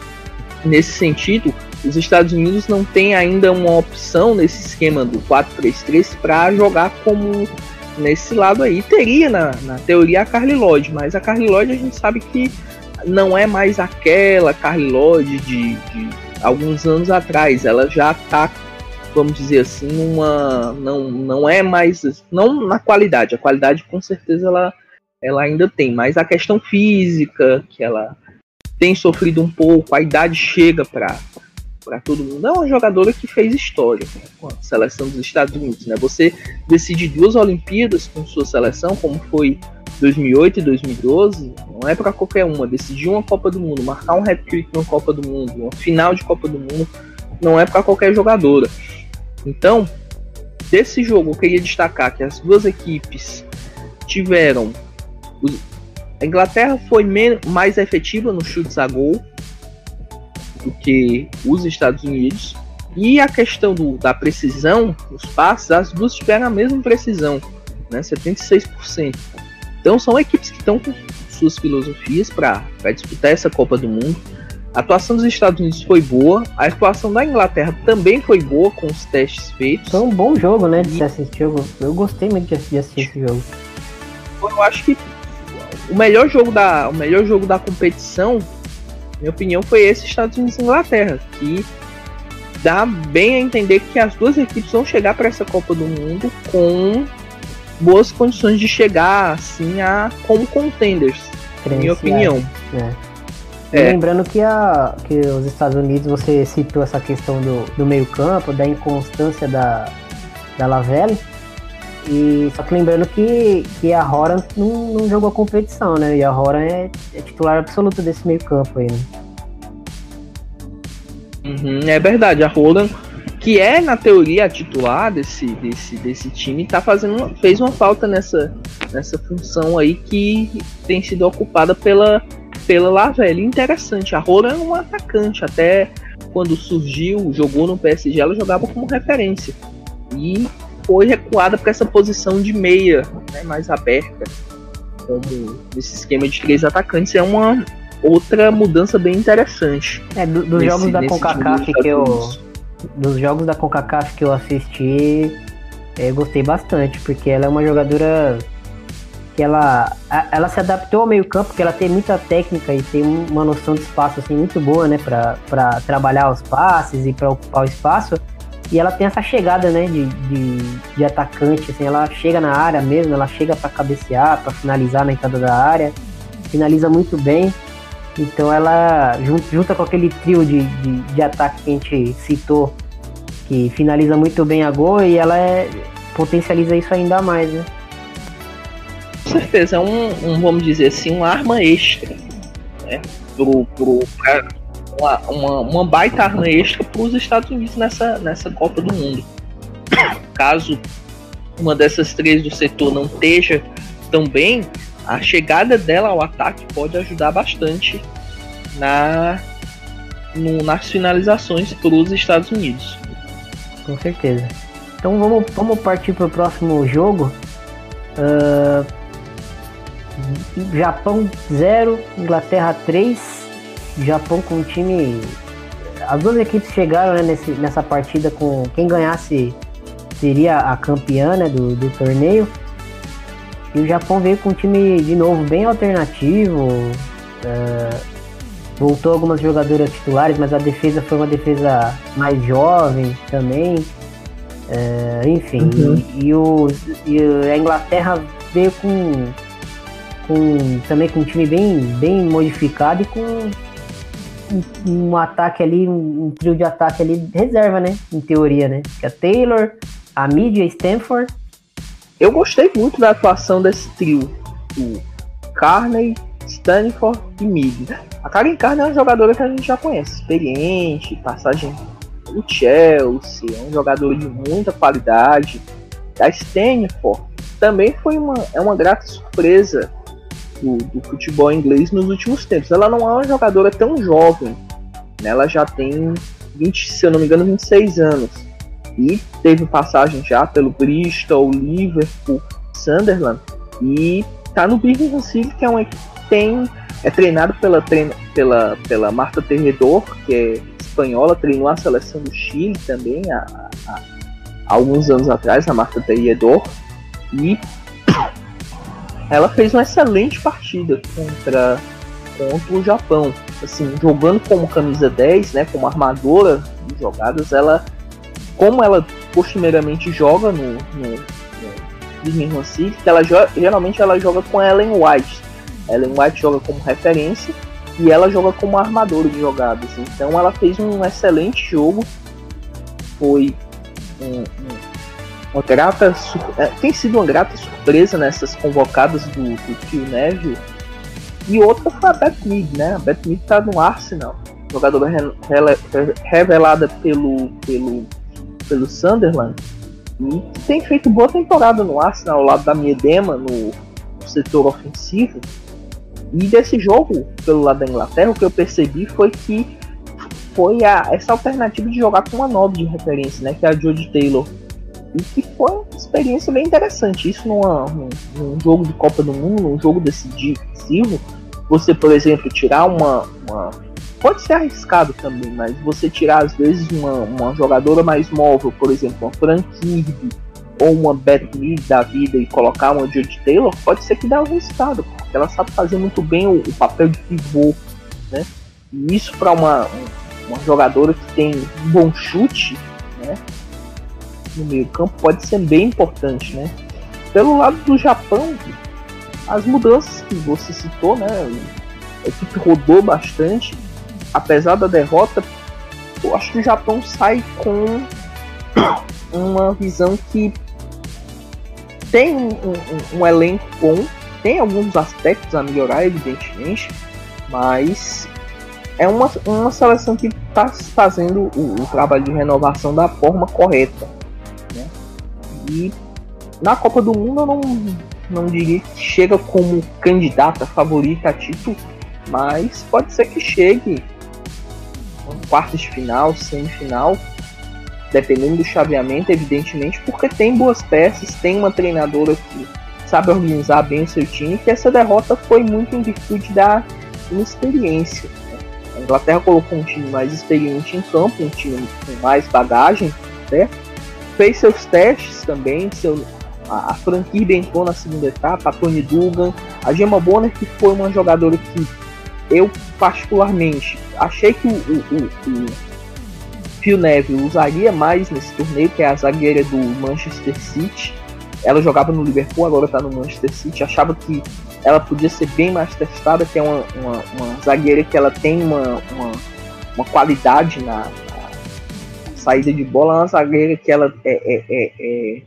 nesse sentido, os Estados Unidos não têm ainda uma opção nesse esquema do quatro três três para jogar como nesse lado aí. Teria, na, na teoria, a Carli Lloyd, mas a Carli Lloyd a gente sabe que não é mais aquela Carli Lloyd de, de alguns anos atrás. Ela já está, vamos dizer assim, uma, não, não é mais, não na qualidade, a qualidade com certeza ela ela ainda tem, mas a questão física, que ela tem sofrido um pouco, a idade chega para para todo mundo. É uma jogadora que fez história, né, com a seleção dos Estados Unidos. Né? Você decide duas Olimpíadas com sua seleção, como foi dois mil e oito e dois mil e doze, não é para qualquer uma. Decidir uma Copa do Mundo, marcar um hat-trick numa Copa do Mundo, uma final de Copa do Mundo, não é para qualquer jogadora. Então, desse jogo eu queria destacar que as duas equipes tiveram... A Inglaterra foi mais efetiva nos chutes a gol do que os Estados Unidos. E a questão do, da precisão, os passes, as duas tiveram a mesma precisão, né, setenta e seis por cento. Então são equipes que estão com suas filosofias para disputar essa Copa do Mundo. A atuação dos Estados Unidos foi boa, a atuação da Inglaterra também foi boa com os testes feitos. Foi um bom jogo, né, de se assistir. Eu gostei muito de assistir esse jogo. Eu acho que o melhor jogo da, o melhor jogo da competição, minha opinião, foi esse Estados Unidos e Inglaterra, que dá bem a entender que as duas equipes vão chegar para essa Copa do Mundo com boas condições de chegar assim a como contenders, na minha opinião. É. É. Lembrando que, a, que os Estados Unidos, você citou essa questão do, do meio campo, da inconstância da, da Lavelle. E só que lembrando que, que a Horan não, não jogou a competição, né? E a Horan é, é titular absoluta desse meio campo aí, né? Uhum, é verdade, a Horan, que é na teoria a titular desse, desse, desse time, tá fazendo, fez uma falta nessa, nessa função aí que tem sido ocupada pela, pela Lavelle. Interessante, a Horan é um atacante, até quando surgiu, jogou no P S G, ela jogava como referência. E foi recuada para essa posição de meia, né, mais aberta, como esse esquema de três atacantes. É uma outra mudança bem interessante. É, do, dos nesse, jogos da CONCACAF que eu dos jogos da CONCACAF que eu assisti, eu gostei bastante, porque ela é uma jogadora que ela, ela se adaptou ao meio campo, porque ela tem muita técnica e tem uma noção de espaço assim, muito boa, né, para trabalhar os passes e para ocupar o espaço. E ela tem essa chegada, né, de, de, de atacante, assim, ela chega na área mesmo, ela chega para cabecear, para finalizar na entrada da área, finaliza muito bem. Então ela, junta, junta com aquele trio de, de, de ataque que a gente citou, que finaliza muito bem a gol, e ela é, potencializa isso ainda mais, né? Com certeza, é um, um, vamos dizer assim, uma arma extra, né, pro, pro, pra... Uma, uma, uma baita arma extra para os Estados Unidos nessa, nessa Copa do Mundo. Caso uma dessas três do setor não esteja tão bem, a chegada dela ao ataque pode ajudar bastante na, no, nas finalizações para os Estados Unidos. Com certeza. Então vamos, vamos partir para o próximo jogo, Uh, Japão zero, Inglaterra três. Japão com um time... As duas equipes chegaram, né, nesse, nessa partida com... Quem ganhasse seria a campeã, né, do, do torneio. E o Japão veio com um time, de novo, bem alternativo. Uh, voltou algumas jogadoras titulares, mas a defesa foi uma defesa mais jovem também. Uh, enfim, uhum. e, e, o, e a Inglaterra veio com, com também com um time bem, bem modificado e com um, um ataque ali, um, um trio de ataque ali, reserva, né? Em teoria, né? Que é a Taylor, a Mid e a Stanford. Eu gostei muito da atuação desse trio, o Carney, Stanford e Mid. A Karen Carney é uma jogadora que a gente já conhece, experiente, passagem o Chelsea, é um jogador de muita qualidade. A Stanford também foi uma, é uma grata surpresa do, do futebol inglês nos últimos tempos. Ela não é uma jogadora tão jovem, né? Ela já tem vinte, se eu não me engano, vinte e seis anos e teve passagem já pelo Bristol, Liverpool, Sunderland e tá no Birmingham City, que é uma equipe que tem, é treinado pela, treina, pela, pela Marta Terredor, que é espanhola, treinou a seleção do Chile também há, há, há alguns anos atrás, a Marta Terredor, e ela fez uma excelente partida contra, contra o Japão, assim, jogando como camisa dez, né, como armadora de jogadas. Ela, como ela costumeiramente joga no, no, no Birmingham City, que ela joga, geralmente ela joga com a Ellen White. A Ellen White joga como referência e ela joga como armadora de jogadas. Então ela fez um excelente jogo. Foi um, um, uma grata sur... é, tem sido uma grata surpresa nessas convocadas do, do Phil Neville. E outra foi a Beth Mead, né? A Beth Mead tá no Arsenal, jogadora re... Re... revelada pelo, pelo, pelo Sunderland, e tem feito boa temporada no Arsenal ao lado da Miedema no setor ofensivo. E desse jogo, pelo lado da Inglaterra, o que eu percebi foi que foi a, essa alternativa de jogar com uma nova de referência, né, que é a Jodie Taylor. E que foi uma experiência bem interessante. Isso numa, num, num jogo de Copa do Mundo, num jogo decisivo, você, por exemplo, tirar uma, uma... Pode ser arriscado também, mas você tirar, às vezes, uma, uma jogadora mais móvel, por exemplo, uma Fran Kirby ou uma Beth Mead da vida e colocar uma Jodie Taylor, pode ser que dê um resultado, porque ela sabe fazer muito bem o, o papel de pivô, né? E isso para uma, uma jogadora que tem um bom chute, né, no meio campo, pode ser bem importante, né? Pelo lado do Japão, as mudanças que você citou, né, a equipe rodou bastante, apesar da derrota. Eu acho que o Japão sai com uma visão que tem um, um, um elenco bom, tem alguns aspectos a melhorar, evidentemente, mas é uma, uma seleção que está fazendo o, o trabalho de renovação da forma correta, né? E na Copa do Mundo eu não, não diria que chega como candidata favorita a título, mas pode ser que chegue quartas de final, semifinal, dependendo do chaveamento, evidentemente, porque tem boas peças, tem uma treinadora que sabe organizar bem o seu time, que essa derrota foi muito em virtude da inexperiência. A Inglaterra colocou um time mais experiente em campo, um time com mais bagagem, né? Fez seus testes também, seu, a, a Fran Kirby entrou na segunda etapa, a Toni Duggan, a Gemma Bonner, que foi uma jogadora que eu particularmente achei que o, o, o, o Phil Neville usaria mais nesse torneio, que é a zagueira do Manchester City. Ela jogava no Liverpool, agora está no Manchester City. Achava que ela podia ser bem mais testada, que é uma, uma, uma zagueira que ela tem uma, uma, uma qualidade na, na saída de bola. É uma zagueira que ela é, é, é, é,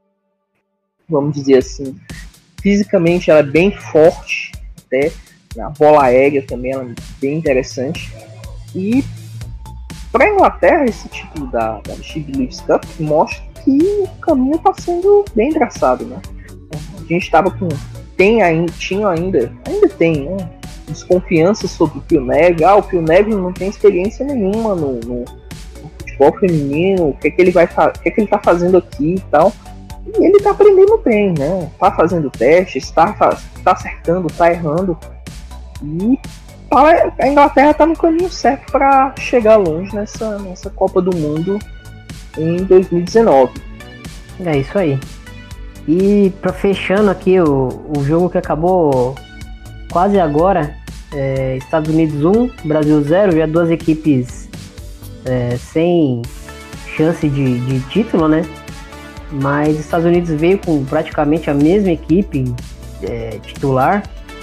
vamos dizer assim, fisicamente ela é bem forte, até na bola aérea também ela é bem interessante. E para a Inglaterra, esse título da, da She Believes Cup mostra que o caminho está sendo bem traçado, né? A gente estava com... Tem ainda, tinha ainda, ainda tem, né, desconfiança sobre o Phil Neville. Ah, o Phil Neville não tem experiência nenhuma no, no, no futebol feminino, o que é que ele vai fa- o que é que ele está fazendo aqui e tal. E ele tá aprendendo bem, né? Tá fazendo testes, tá, tá acertando, tá errando. E tá, a Inglaterra tá no caminho certo para chegar longe nessa, nessa Copa do Mundo em dois mil e dezenove. É isso aí. E pra fechando aqui o, o jogo que acabou quase agora, é, Estados Unidos um, Brasil zero, já duas equipes é, sem chance de, de título, né? Mas os Estados Unidos veio com praticamente a mesma equipe é, titular,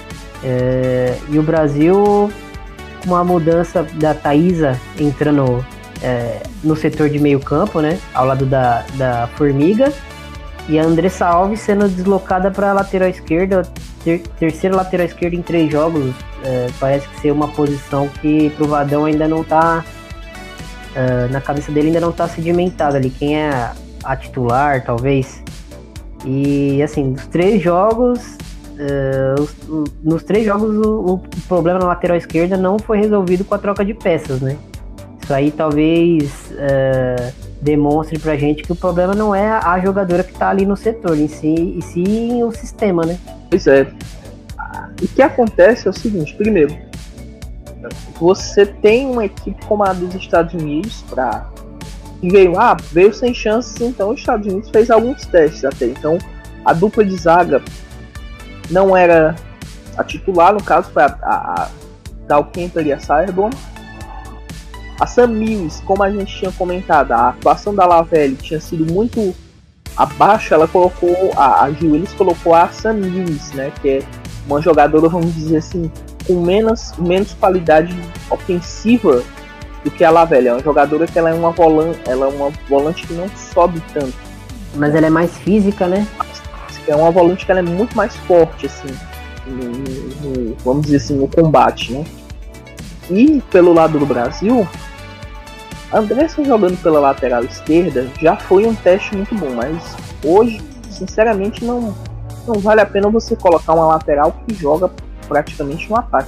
é, e o Brasil com uma mudança da Thaísa entrando é, no setor de meio campo, né, ao lado da, da Formiga, e a Andressa Alves sendo deslocada para a lateral esquerda, ter, terceira lateral esquerda em três jogos. É, parece que ser uma posição que pro Vadão ainda não tá é, na cabeça dele, ainda não tá sedimentada ali, quem é a, a titular talvez. E assim, nos três jogos uh, os, o, nos três jogos o, o problema na lateral esquerda não foi resolvido com a troca de peças, né? Isso aí talvez uh, demonstre pra gente que o problema não é a, a jogadora que tá ali no setor em si, e sim o sistema, né? Pois é. O que acontece é o seguinte: primeiro, você tem uma equipe como a dos Estados Unidos para veio, ah, veio sem chances, então os Estados Unidos fez alguns testes até. Então a dupla de zaga não era a titular, no caso foi a, a, a Dal Kemper e a Saerborn. A Sam Mills, como a gente tinha comentado, a atuação da Lavelle tinha sido muito abaixo, ela colocou, a, a Gil Willis colocou a Sam Mills, né, que é uma jogadora, vamos dizer assim, com menos, menos qualidade ofensiva do que a Lavelle. É uma jogadora que ela é uma volante, ela é uma volante que não sobe tanto. Mas ela é mais física, né? É uma volante que ela é muito mais forte, assim, no, no, vamos dizer assim, no combate, né? E pelo lado do Brasil, a Andressa jogando pela lateral esquerda já foi um teste muito bom, mas hoje, sinceramente, não, não vale a pena você colocar uma lateral que joga praticamente no ataque.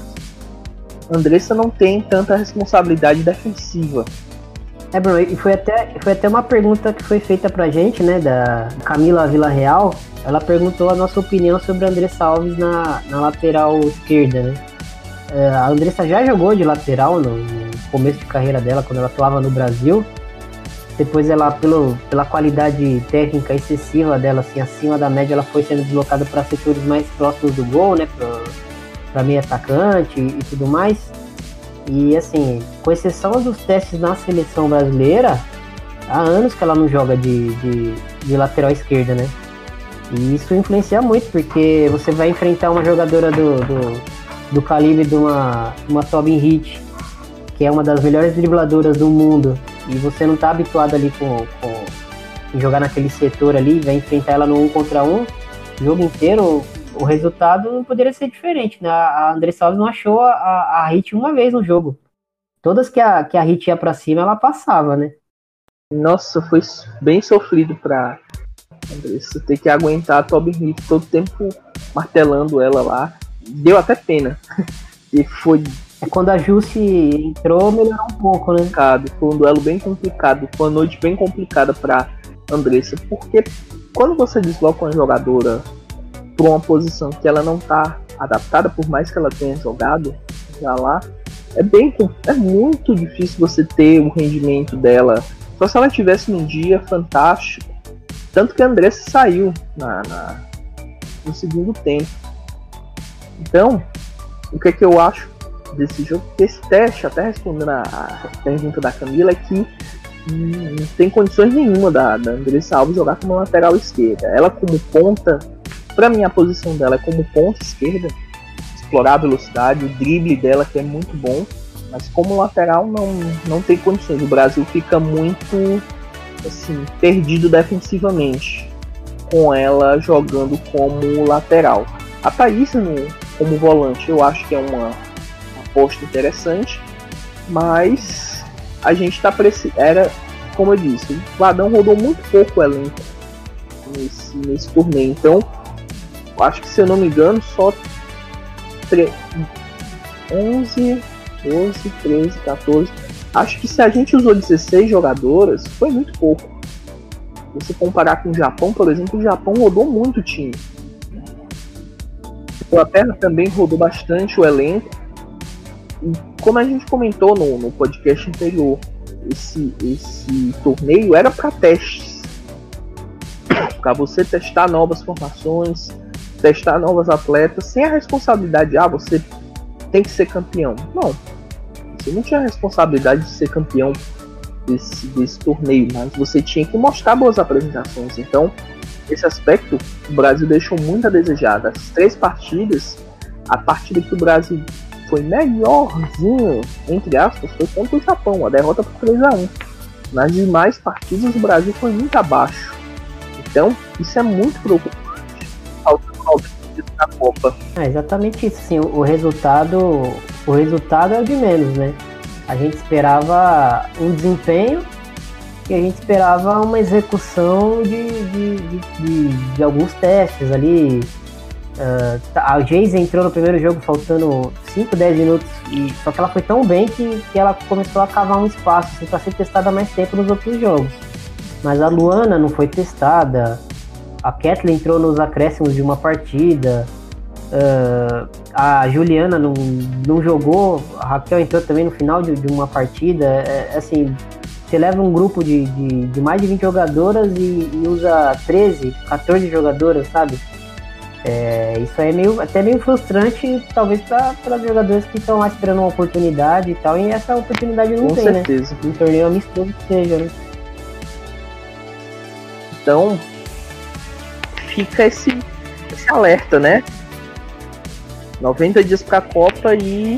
A Andressa não tem tanta responsabilidade defensiva. É, Bruno, e foi até, foi até uma pergunta que foi feita pra gente, né, da Camila Villarreal. Ela perguntou a nossa opinião sobre a Andressa Alves na, na lateral esquerda, né? É, a Andressa já jogou de lateral no, no começo de carreira dela, quando ela atuava no Brasil. Depois ela, pelo, pela qualidade técnica excessiva dela, assim, acima da média, ela foi sendo deslocada para setores mais próximos do gol, né, para meio atacante e, e tudo mais. E assim, com exceção dos testes na seleção brasileira, há anos que ela não joga de, de, de lateral esquerda, né? E isso influencia muito, porque você vai enfrentar uma jogadora do, do, do calibre de uma, uma Tobin Heath, que é uma das melhores dribladoras do mundo, e você não tá habituado ali com, com em jogar naquele setor ali, vai enfrentar ela no um contra um, o jogo inteiro. O resultado não poderia ser diferente, né? A Andressa Alves não achou a, a Heath uma vez no jogo. Todas que a, que a Heath ia pra cima, ela passava, né? Nossa, foi bem sofrido pra Andressa ter que aguentar a Tobin Heath todo tempo martelando ela lá. Deu até pena. E foi... É quando a Jussi entrou, melhorou um pouco, né? Foi um duelo bem complicado. Foi uma noite bem complicada pra Andressa. Porque quando você desloca uma jogadora para uma posição que ela não está adaptada, por mais que ela tenha jogado já lá, é bem, é muito difícil você ter o rendimento dela. Só se ela tivesse num dia fantástico. Tanto que a Andressa saiu na, na, no segundo tempo. Então, o que é que eu acho desse jogo? Esse teste, até respondendo a pergunta da Camila, é que hum, não tem condições nenhuma da, da Andressa Alves jogar como lateral esquerda. Ela como ponta, pra mim a posição dela é como ponta esquerda, explorar a velocidade, o drible dela que é muito bom, mas como lateral não, não tem condições. O Brasil fica muito assim, perdido defensivamente com ela jogando como lateral. A Thaísa como volante eu acho que é uma aposta interessante, mas a gente tá precisando, era como eu disse, o Vadão rodou muito pouco o elenco nesse, nesse torneio, então acho que, se eu não me engano, só onze, doze, treze, quatorze. Acho que se a gente usou dezesseis jogadoras, foi muito pouco. você comparar com o Japão, por exemplo, o Japão rodou muito o time. A Inglaterra também rodou bastante o elenco. E como a gente comentou no, no podcast anterior, esse, esse torneio era para testes. Para você testar novas formações, testar novos atletas, sem a responsabilidade de, ah, você tem que ser campeão. Não, você não tinha a responsabilidade de ser campeão desse, desse torneio, mas você tinha que mostrar boas apresentações. Então, esse aspecto, o Brasil deixou muito a desejar. Das três partidas, a partida que o Brasil foi melhorzinho, entre aspas, foi contra o Japão, a derrota por três a um. Nas demais partidas, o Brasil foi muito abaixo. Então, isso é muito preocupante. Na Copa. É exatamente isso, sim. O resultado, o resultado é o de menos, né? A gente esperava um desempenho e a gente esperava uma execução de, de, de, de, de alguns testes ali. Uh, a Geise entrou no primeiro jogo faltando cinco, dez minutos, e, só que ela foi tão bem que, que ela começou a cavar um espaço assim, para ser testada mais tempo nos outros jogos. Mas a Luana não foi testada. A Kathleen entrou nos acréscimos de uma partida, uh, a Juliana não, não jogou, a Raquel entrou também no final de, de uma partida. É, assim, você leva um grupo de, de, de mais de vinte jogadoras e, e usa treze, quatorze jogadoras, sabe? É, isso aí é meio, até meio frustrante, talvez para os jogadores que estão lá esperando uma oportunidade e tal, e essa oportunidade não Com tem, certeza. né? Um torneio amistoso que seja, né? Então, fica esse, esse alerta, né? noventa dias para a Copa e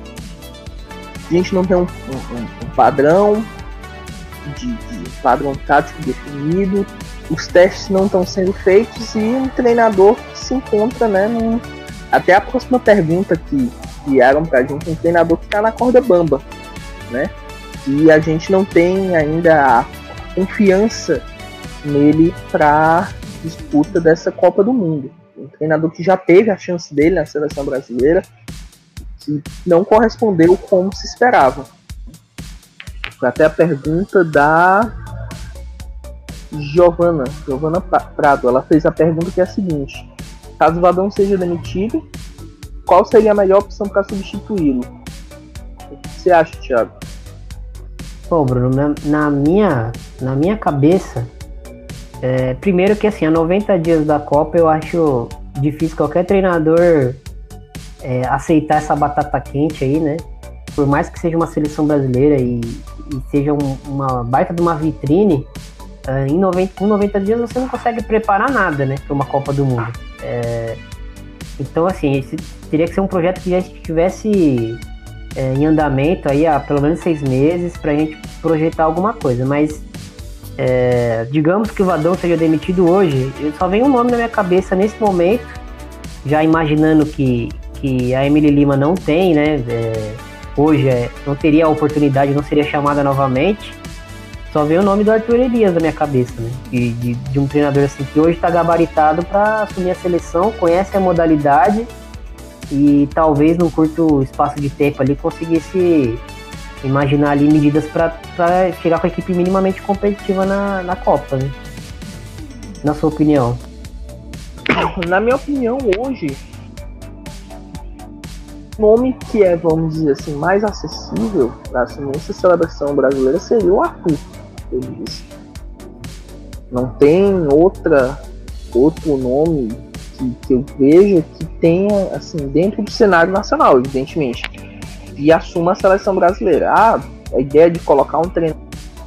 a gente não tem um, um, um padrão de, de padrão tático definido, os testes não estão sendo feitos e um treinador que se encontra, né? Num, até a próxima pergunta que vieram para a gente, um treinador que está na corda bamba, né? E a gente não tem ainda a confiança nele para disputa dessa Copa do Mundo. Um treinador que já teve a chance dele na seleção brasileira, que não correspondeu como se esperava. Foi até a pergunta da Giovana, Giovana Prado. Ela fez a pergunta que é a seguinte: caso o Vadão seja demitido, qual seria a melhor opção para substituí-lo? O que você acha, Thiago? Pô, Bruno, na, na, minha, na minha cabeça, É, primeiro que assim, a noventa dias da Copa eu acho difícil qualquer treinador é, aceitar essa batata quente aí, né? Por mais que seja uma seleção brasileira e, e seja um, uma baita de uma vitrine, é, em noventa, com noventa dias você não consegue preparar nada, né? Para uma Copa do Mundo. É, então assim, esse teria que ser um projeto que já estivesse é, em andamento aí há pelo menos seis meses pra gente projetar alguma coisa, mas É, digamos que o Vadão seja demitido hoje, só vem um nome na minha cabeça nesse momento, já imaginando que, que a Emily Lima não tem, né, é, hoje é, não teria a oportunidade, não seria chamada novamente, só vem o nome do Arthur Elias na minha cabeça, né, de, de, de um treinador assim que hoje está gabaritado para assumir a seleção, conhece a modalidade e talvez num curto espaço de tempo ali conseguisse imaginar ali medidas para chegar com a equipe minimamente competitiva na, na Copa, né? Na sua opinião? Na minha opinião, hoje, o nome que é, vamos dizer assim, mais acessível para assumir essa seleção brasileira seria o Arthur Elias. Não tem outra, outro nome que, que eu veja que tenha, assim, dentro do cenário nacional, evidentemente, e assuma a seleção brasileira. Ah, a ideia de colocar um treino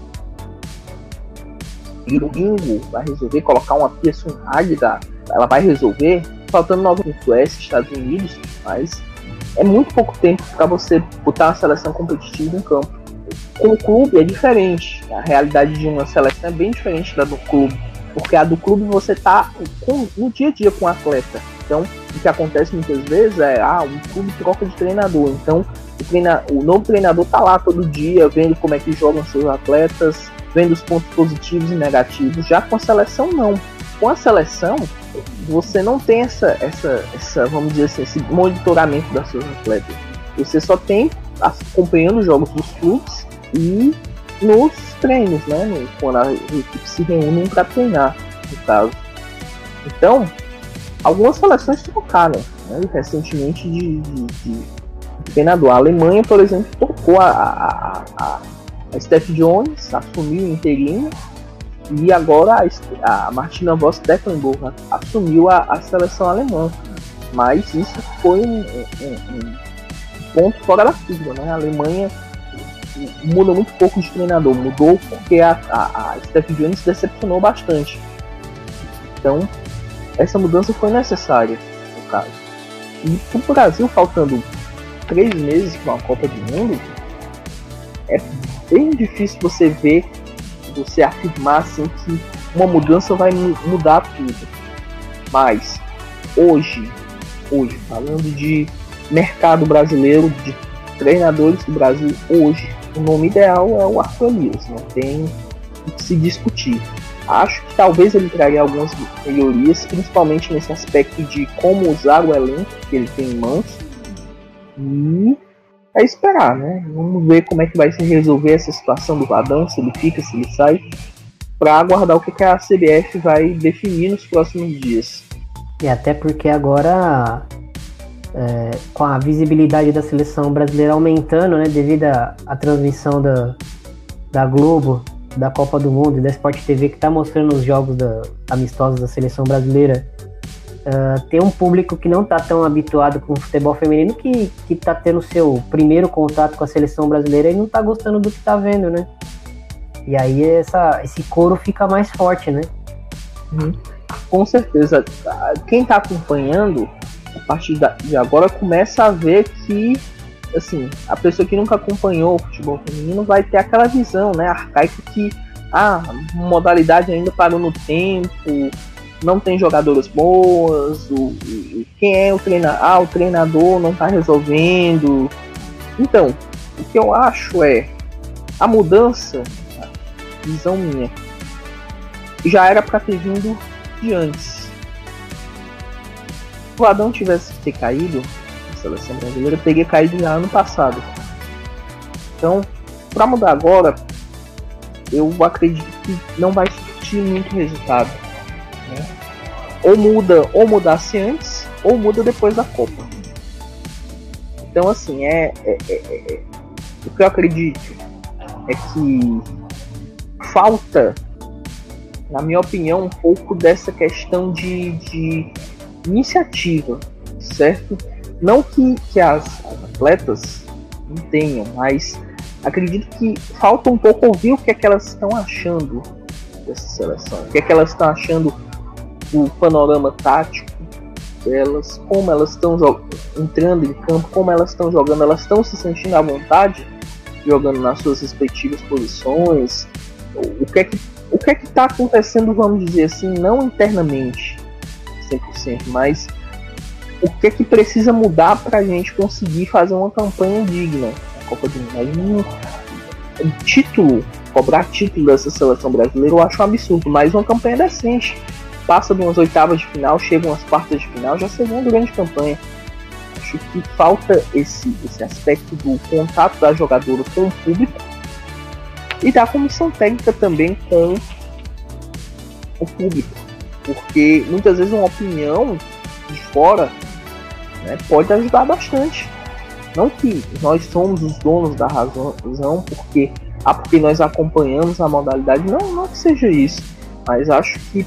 e domingo vai resolver, colocar uma Pia Sundhage, ela vai resolver, faltando nove em Suécia, Estados Unidos, mas é muito pouco tempo para você botar uma seleção competitiva em campo. Com o clube é diferente, a realidade de uma seleção é bem diferente da do clube, porque a do clube você está no dia a dia com o atleta. Então, o que acontece muitas vezes é, ah, um clube troca de treinador, então o, treina, o novo treinador tá lá todo dia, vendo como é que jogam seus atletas, vendo os pontos positivos e negativos. Já com a seleção, não. Com a seleção, você não tem essa, essa, essa vamos dizer assim, esse monitoramento das seus atletas. Você só tem acompanhando os jogos dos clubes e nos treinos, né? No, quando a equipe se reúne para treinar, no caso. Então, algumas seleções trocaram, né, recentemente de, de, de treinador. A Alemanha, por exemplo, trocou a, a, a, a Steph Jones, assumiu o interino, e agora a, a Martina Voss-Tecklenburg assumiu a, a seleção alemã. Mas isso foi um, um, um ponto fora da curva, né? A Alemanha muda muito pouco de treinador, mudou porque a, a, a Steph Jones decepcionou bastante. Então, essa mudança foi necessária, no caso. E para o Brasil, faltando três meses para a Copa do Mundo, é bem difícil você ver, você afirmar assim, que uma mudança vai mudar tudo. Mas, hoje, hoje, falando de mercado brasileiro, de treinadores do Brasil, hoje, o nome ideal é o Arthur Elias, não tem o que se discutir. Acho que talvez ele traria algumas melhorias, principalmente nesse aspecto de como usar o elenco que ele tem em mãos. E é esperar, né? Vamos ver como é que vai se resolver essa situação do Vadão, se ele fica, se ele sai, para aguardar o que a C B F vai definir nos próximos dias. E até porque agora, é, com a visibilidade da seleção brasileira aumentando, né, devido à transmissão da, da Globo, da Copa do Mundo e da Sport T V, que está mostrando os jogos da, amistosos da seleção brasileira, uh, tem um público que não está tão habituado com o futebol feminino, que está tendo seu primeiro contato com a seleção brasileira e não está gostando do que está vendo, né? E aí essa, esse coro fica mais forte, né? Hum, com certeza. Quem está acompanhando, a partir de agora, começa a ver que, assim, a pessoa que nunca acompanhou o futebol feminino vai ter aquela visão, né, arcaica, que ah, a modalidade ainda parou no tempo, não tem jogadoras boas, o, o, quem é o treinador? Ah, o treinador não está resolvendo. Então, o que eu acho é a mudança, visão minha, já era para ter vindo de antes. Se o Adão tivesse que ter caído, seleção brasileira, teria caído já ano passado. Então, para mudar agora, eu acredito que não vai surtir muito resultado, né? Ou muda, ou mudasse antes, ou muda depois da Copa. Então, assim, é, é, é, é o que eu acredito é que falta, na minha opinião, um pouco dessa questão de, de iniciativa, certo? Não que, que as atletas não tenham, mas acredito que falta um pouco ouvir o que é que elas estão achando dessa seleção, o que é que elas estão achando do panorama tático delas, como elas estão entrando em campo, como elas estão jogando, elas estão se sentindo à vontade jogando nas suas respectivas posições, o que é que o que é que está acontecendo, vamos dizer assim, não internamente cem por cento, mas o que é que precisa mudar para a gente conseguir fazer uma campanha digna na Copa do Mundo. Um, um título, cobrar título dessa seleção brasileira, eu acho um absurdo, mas uma campanha decente. Passa de umas oitavas de final, chega umas quartas de final, já seria uma grande campanha. Acho que falta esse, esse aspecto do contato da jogadora com o público e da comissão técnica também com o público, porque muitas vezes uma opinião de fora, né, pode ajudar bastante. Não que nós somos os donos da razão, porque, ah, porque nós acompanhamos a modalidade, não, não que seja isso, mas acho que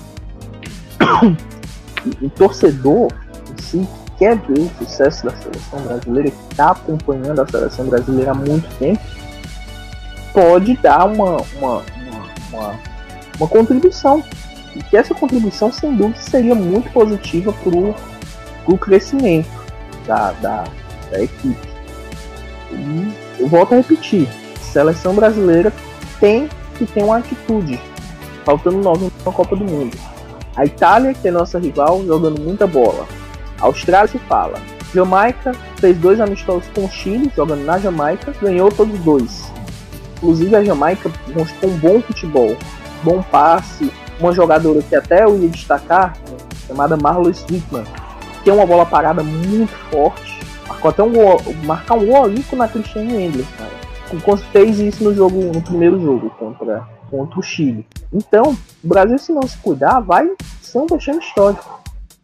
o torcedor em si quer ver o sucesso da seleção brasileira, que está acompanhando a seleção brasileira há muito tempo, pode dar uma, uma, uma, uma, uma contribuição, e que essa contribuição sem dúvida seria muito positiva para o crescimento da, da, da equipe. E eu volto a repetir, a seleção brasileira tem que ter uma atitude, faltando nove na Copa do Mundo. A Itália, que é nossa rival, jogando muita bola. A Austrália se fala. Jamaica fez dois amistosos com o Chile, jogando na Jamaica, ganhou todos os dois. Inclusive a Jamaica mostrou um bom futebol, bom passe, uma jogadora que até eu ia destacar, chamada Marlo Sweetman, que tem uma bola parada muito forte, marcou até um gol, marcar um gol olímpico na Christiane Endler, cara. fez isso no jogo, no primeiro jogo contra, contra o Chile. Então, o Brasil, se não se cuidar, vai ser um vexame histórico.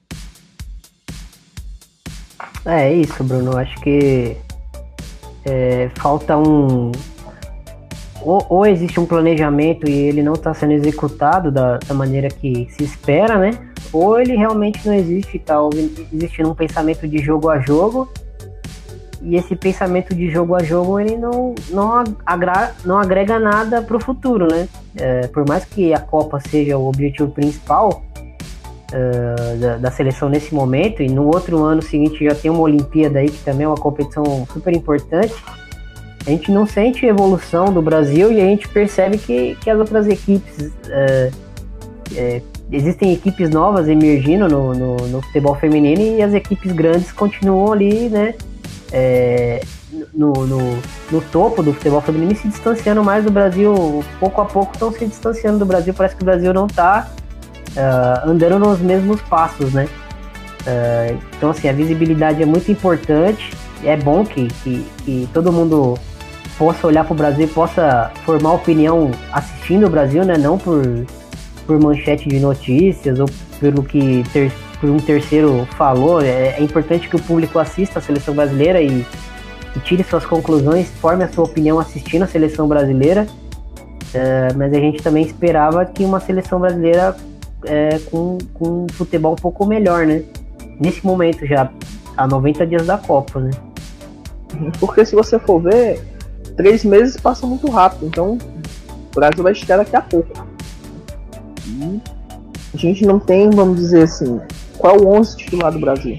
É isso, Bruno. Acho que é, falta um... Ou, ou existe um planejamento e ele não está sendo executado da, da maneira que se espera, né? Ou ele realmente não existe, está existindo um pensamento de jogo a jogo, e esse pensamento de jogo a jogo ele não, não, agra, não agrega nada para o futuro, né? É, por mais que a Copa seja o objetivo principal uh, da, da seleção nesse momento, e no outro ano seguinte já tem uma Olimpíada aí, que também é uma competição super importante, a gente não sente evolução do Brasil e a gente percebe que, que as outras equipes... Uh, é, existem equipes novas emergindo no, no, no futebol feminino, e as equipes grandes continuam ali, né, é, no, no, no topo do futebol feminino e se distanciando mais do Brasil. Pouco a pouco estão se distanciando do Brasil. Parece que o Brasil não está uh, andando nos mesmos passos, né? Uh, então, assim, a visibilidade é muito importante. É bom que, que, que todo mundo possa olhar para o Brasil e possa formar opinião assistindo o Brasil, né? Não por, por manchete de notícias ou pelo que ter, por um terceiro falou. É, é importante que o público assista a seleção brasileira e, e tire suas conclusões, forme a sua opinião assistindo a seleção brasileira. É, mas a gente também esperava que uma seleção brasileira é, com, com um futebol um pouco melhor, né? Nesse momento já, há noventa dias da Copa, né? Porque se você for ver, três meses passam muito rápido, então o Brasil vai chegar daqui a pouco. E a gente não tem, vamos dizer assim, qual é o onze titular do Brasil?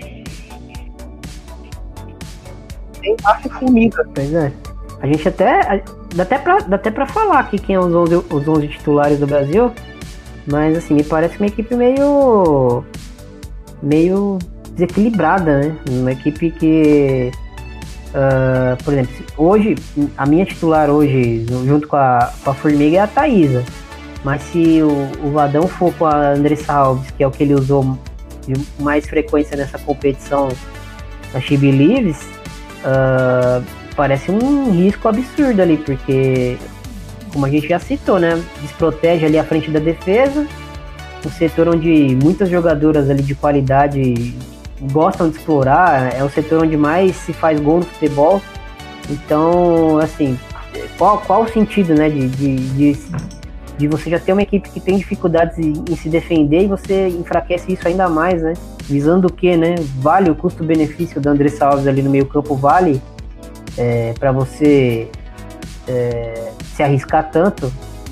Tem parte formiga. Pois é. A gente até... Dá até pra, dá até pra falar aqui quem é os onze, os onze titulares do Brasil, mas assim, me parece uma equipe meio... meio desequilibrada, né? Uma equipe que... Uh, por exemplo, hoje, a minha titular hoje, junto com a, com a Formiga, é a Thaísa. Mas se o, o Vadão for com a Andressa Alves, que é o que ele usou de mais frequência nessa competição da She Believes, uh, parece um risco absurdo ali, porque, como a gente já citou, né, desprotege ali a frente da defesa, um setor onde muitas jogadoras ali de qualidade gostam de explorar, é o setor onde mais se faz gol no futebol. Então, assim, qual, qual o sentido, né, de, de, de, de você já ter uma equipe que tem dificuldades em, em se defender e você enfraquece isso ainda mais, né? Visando o quê, né? Vale o custo-benefício da Andressa Alves ali no meio campo, vale é, para você é, se arriscar tanto?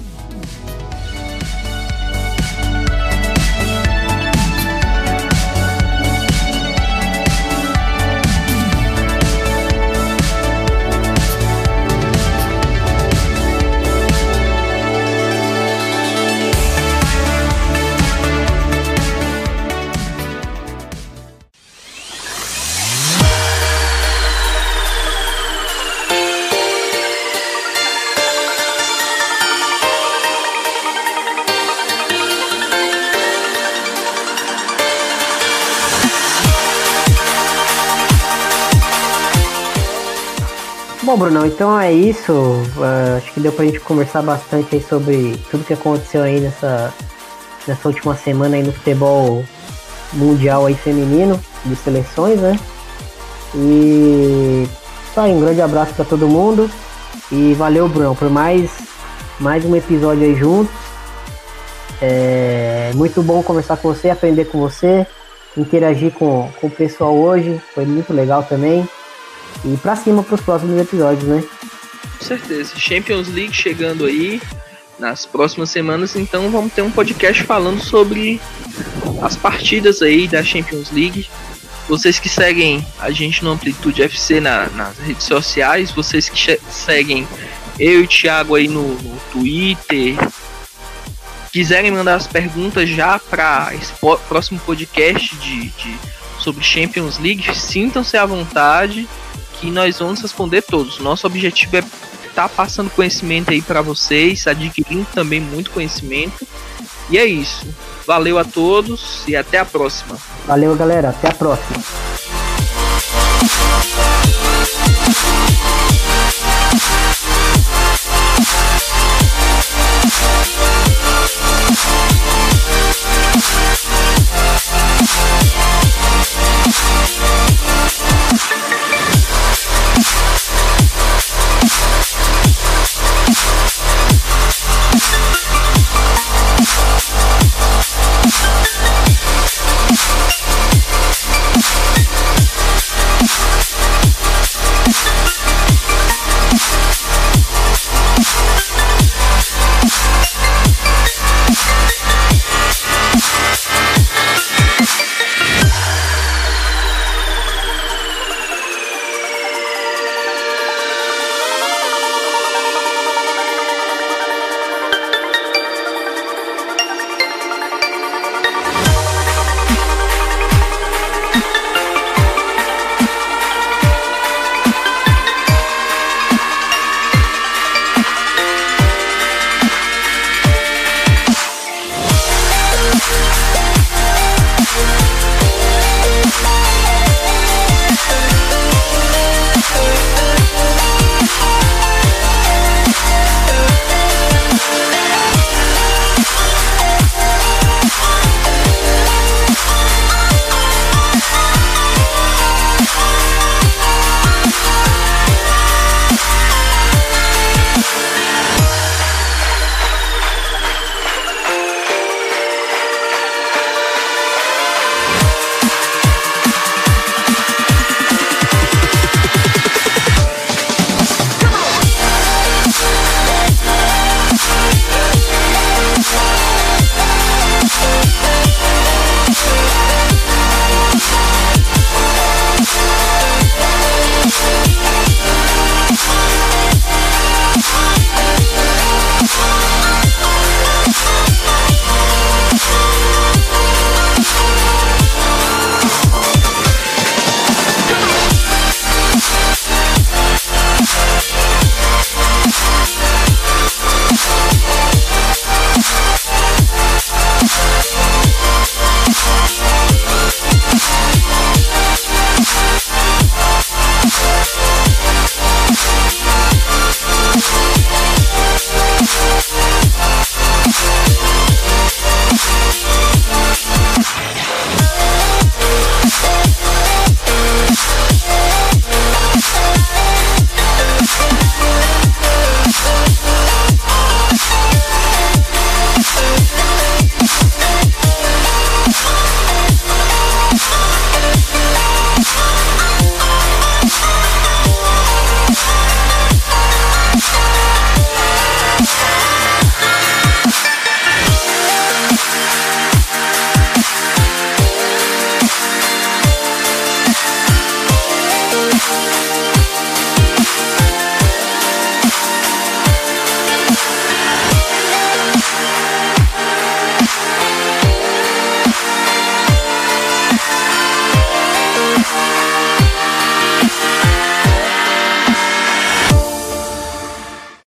Bom, Brunão, então é isso. Uh, acho que deu pra gente conversar bastante aí sobre tudo que aconteceu aí nessa, nessa última semana aí no futebol mundial aí feminino, de seleções, né? E só aí, um grande abraço pra todo mundo. E valeu, Brunão, por mais, mais um episódio aí juntos. É muito bom conversar com você, aprender com você, interagir com, com o pessoal hoje. Foi muito legal também. E pra cima pros próximos episódios, né? Com certeza. Champions League chegando aí nas próximas semanas, então vamos ter um podcast falando sobre as partidas aí da Champions League. Vocês que seguem a gente no Amplitude F C na, nas redes sociais, vocês que che- seguem eu e o Thiago aí no, no Twitter, quiserem mandar as perguntas já para esse po- próximo podcast de, de, sobre Champions League, sintam-se à vontade, que nós vamos responder todos. Nosso objetivo é estar passando conhecimento aí para vocês, adquirindo também muito conhecimento. E é isso. Valeu a todos e até a próxima. Valeu, galera. Até a próxima.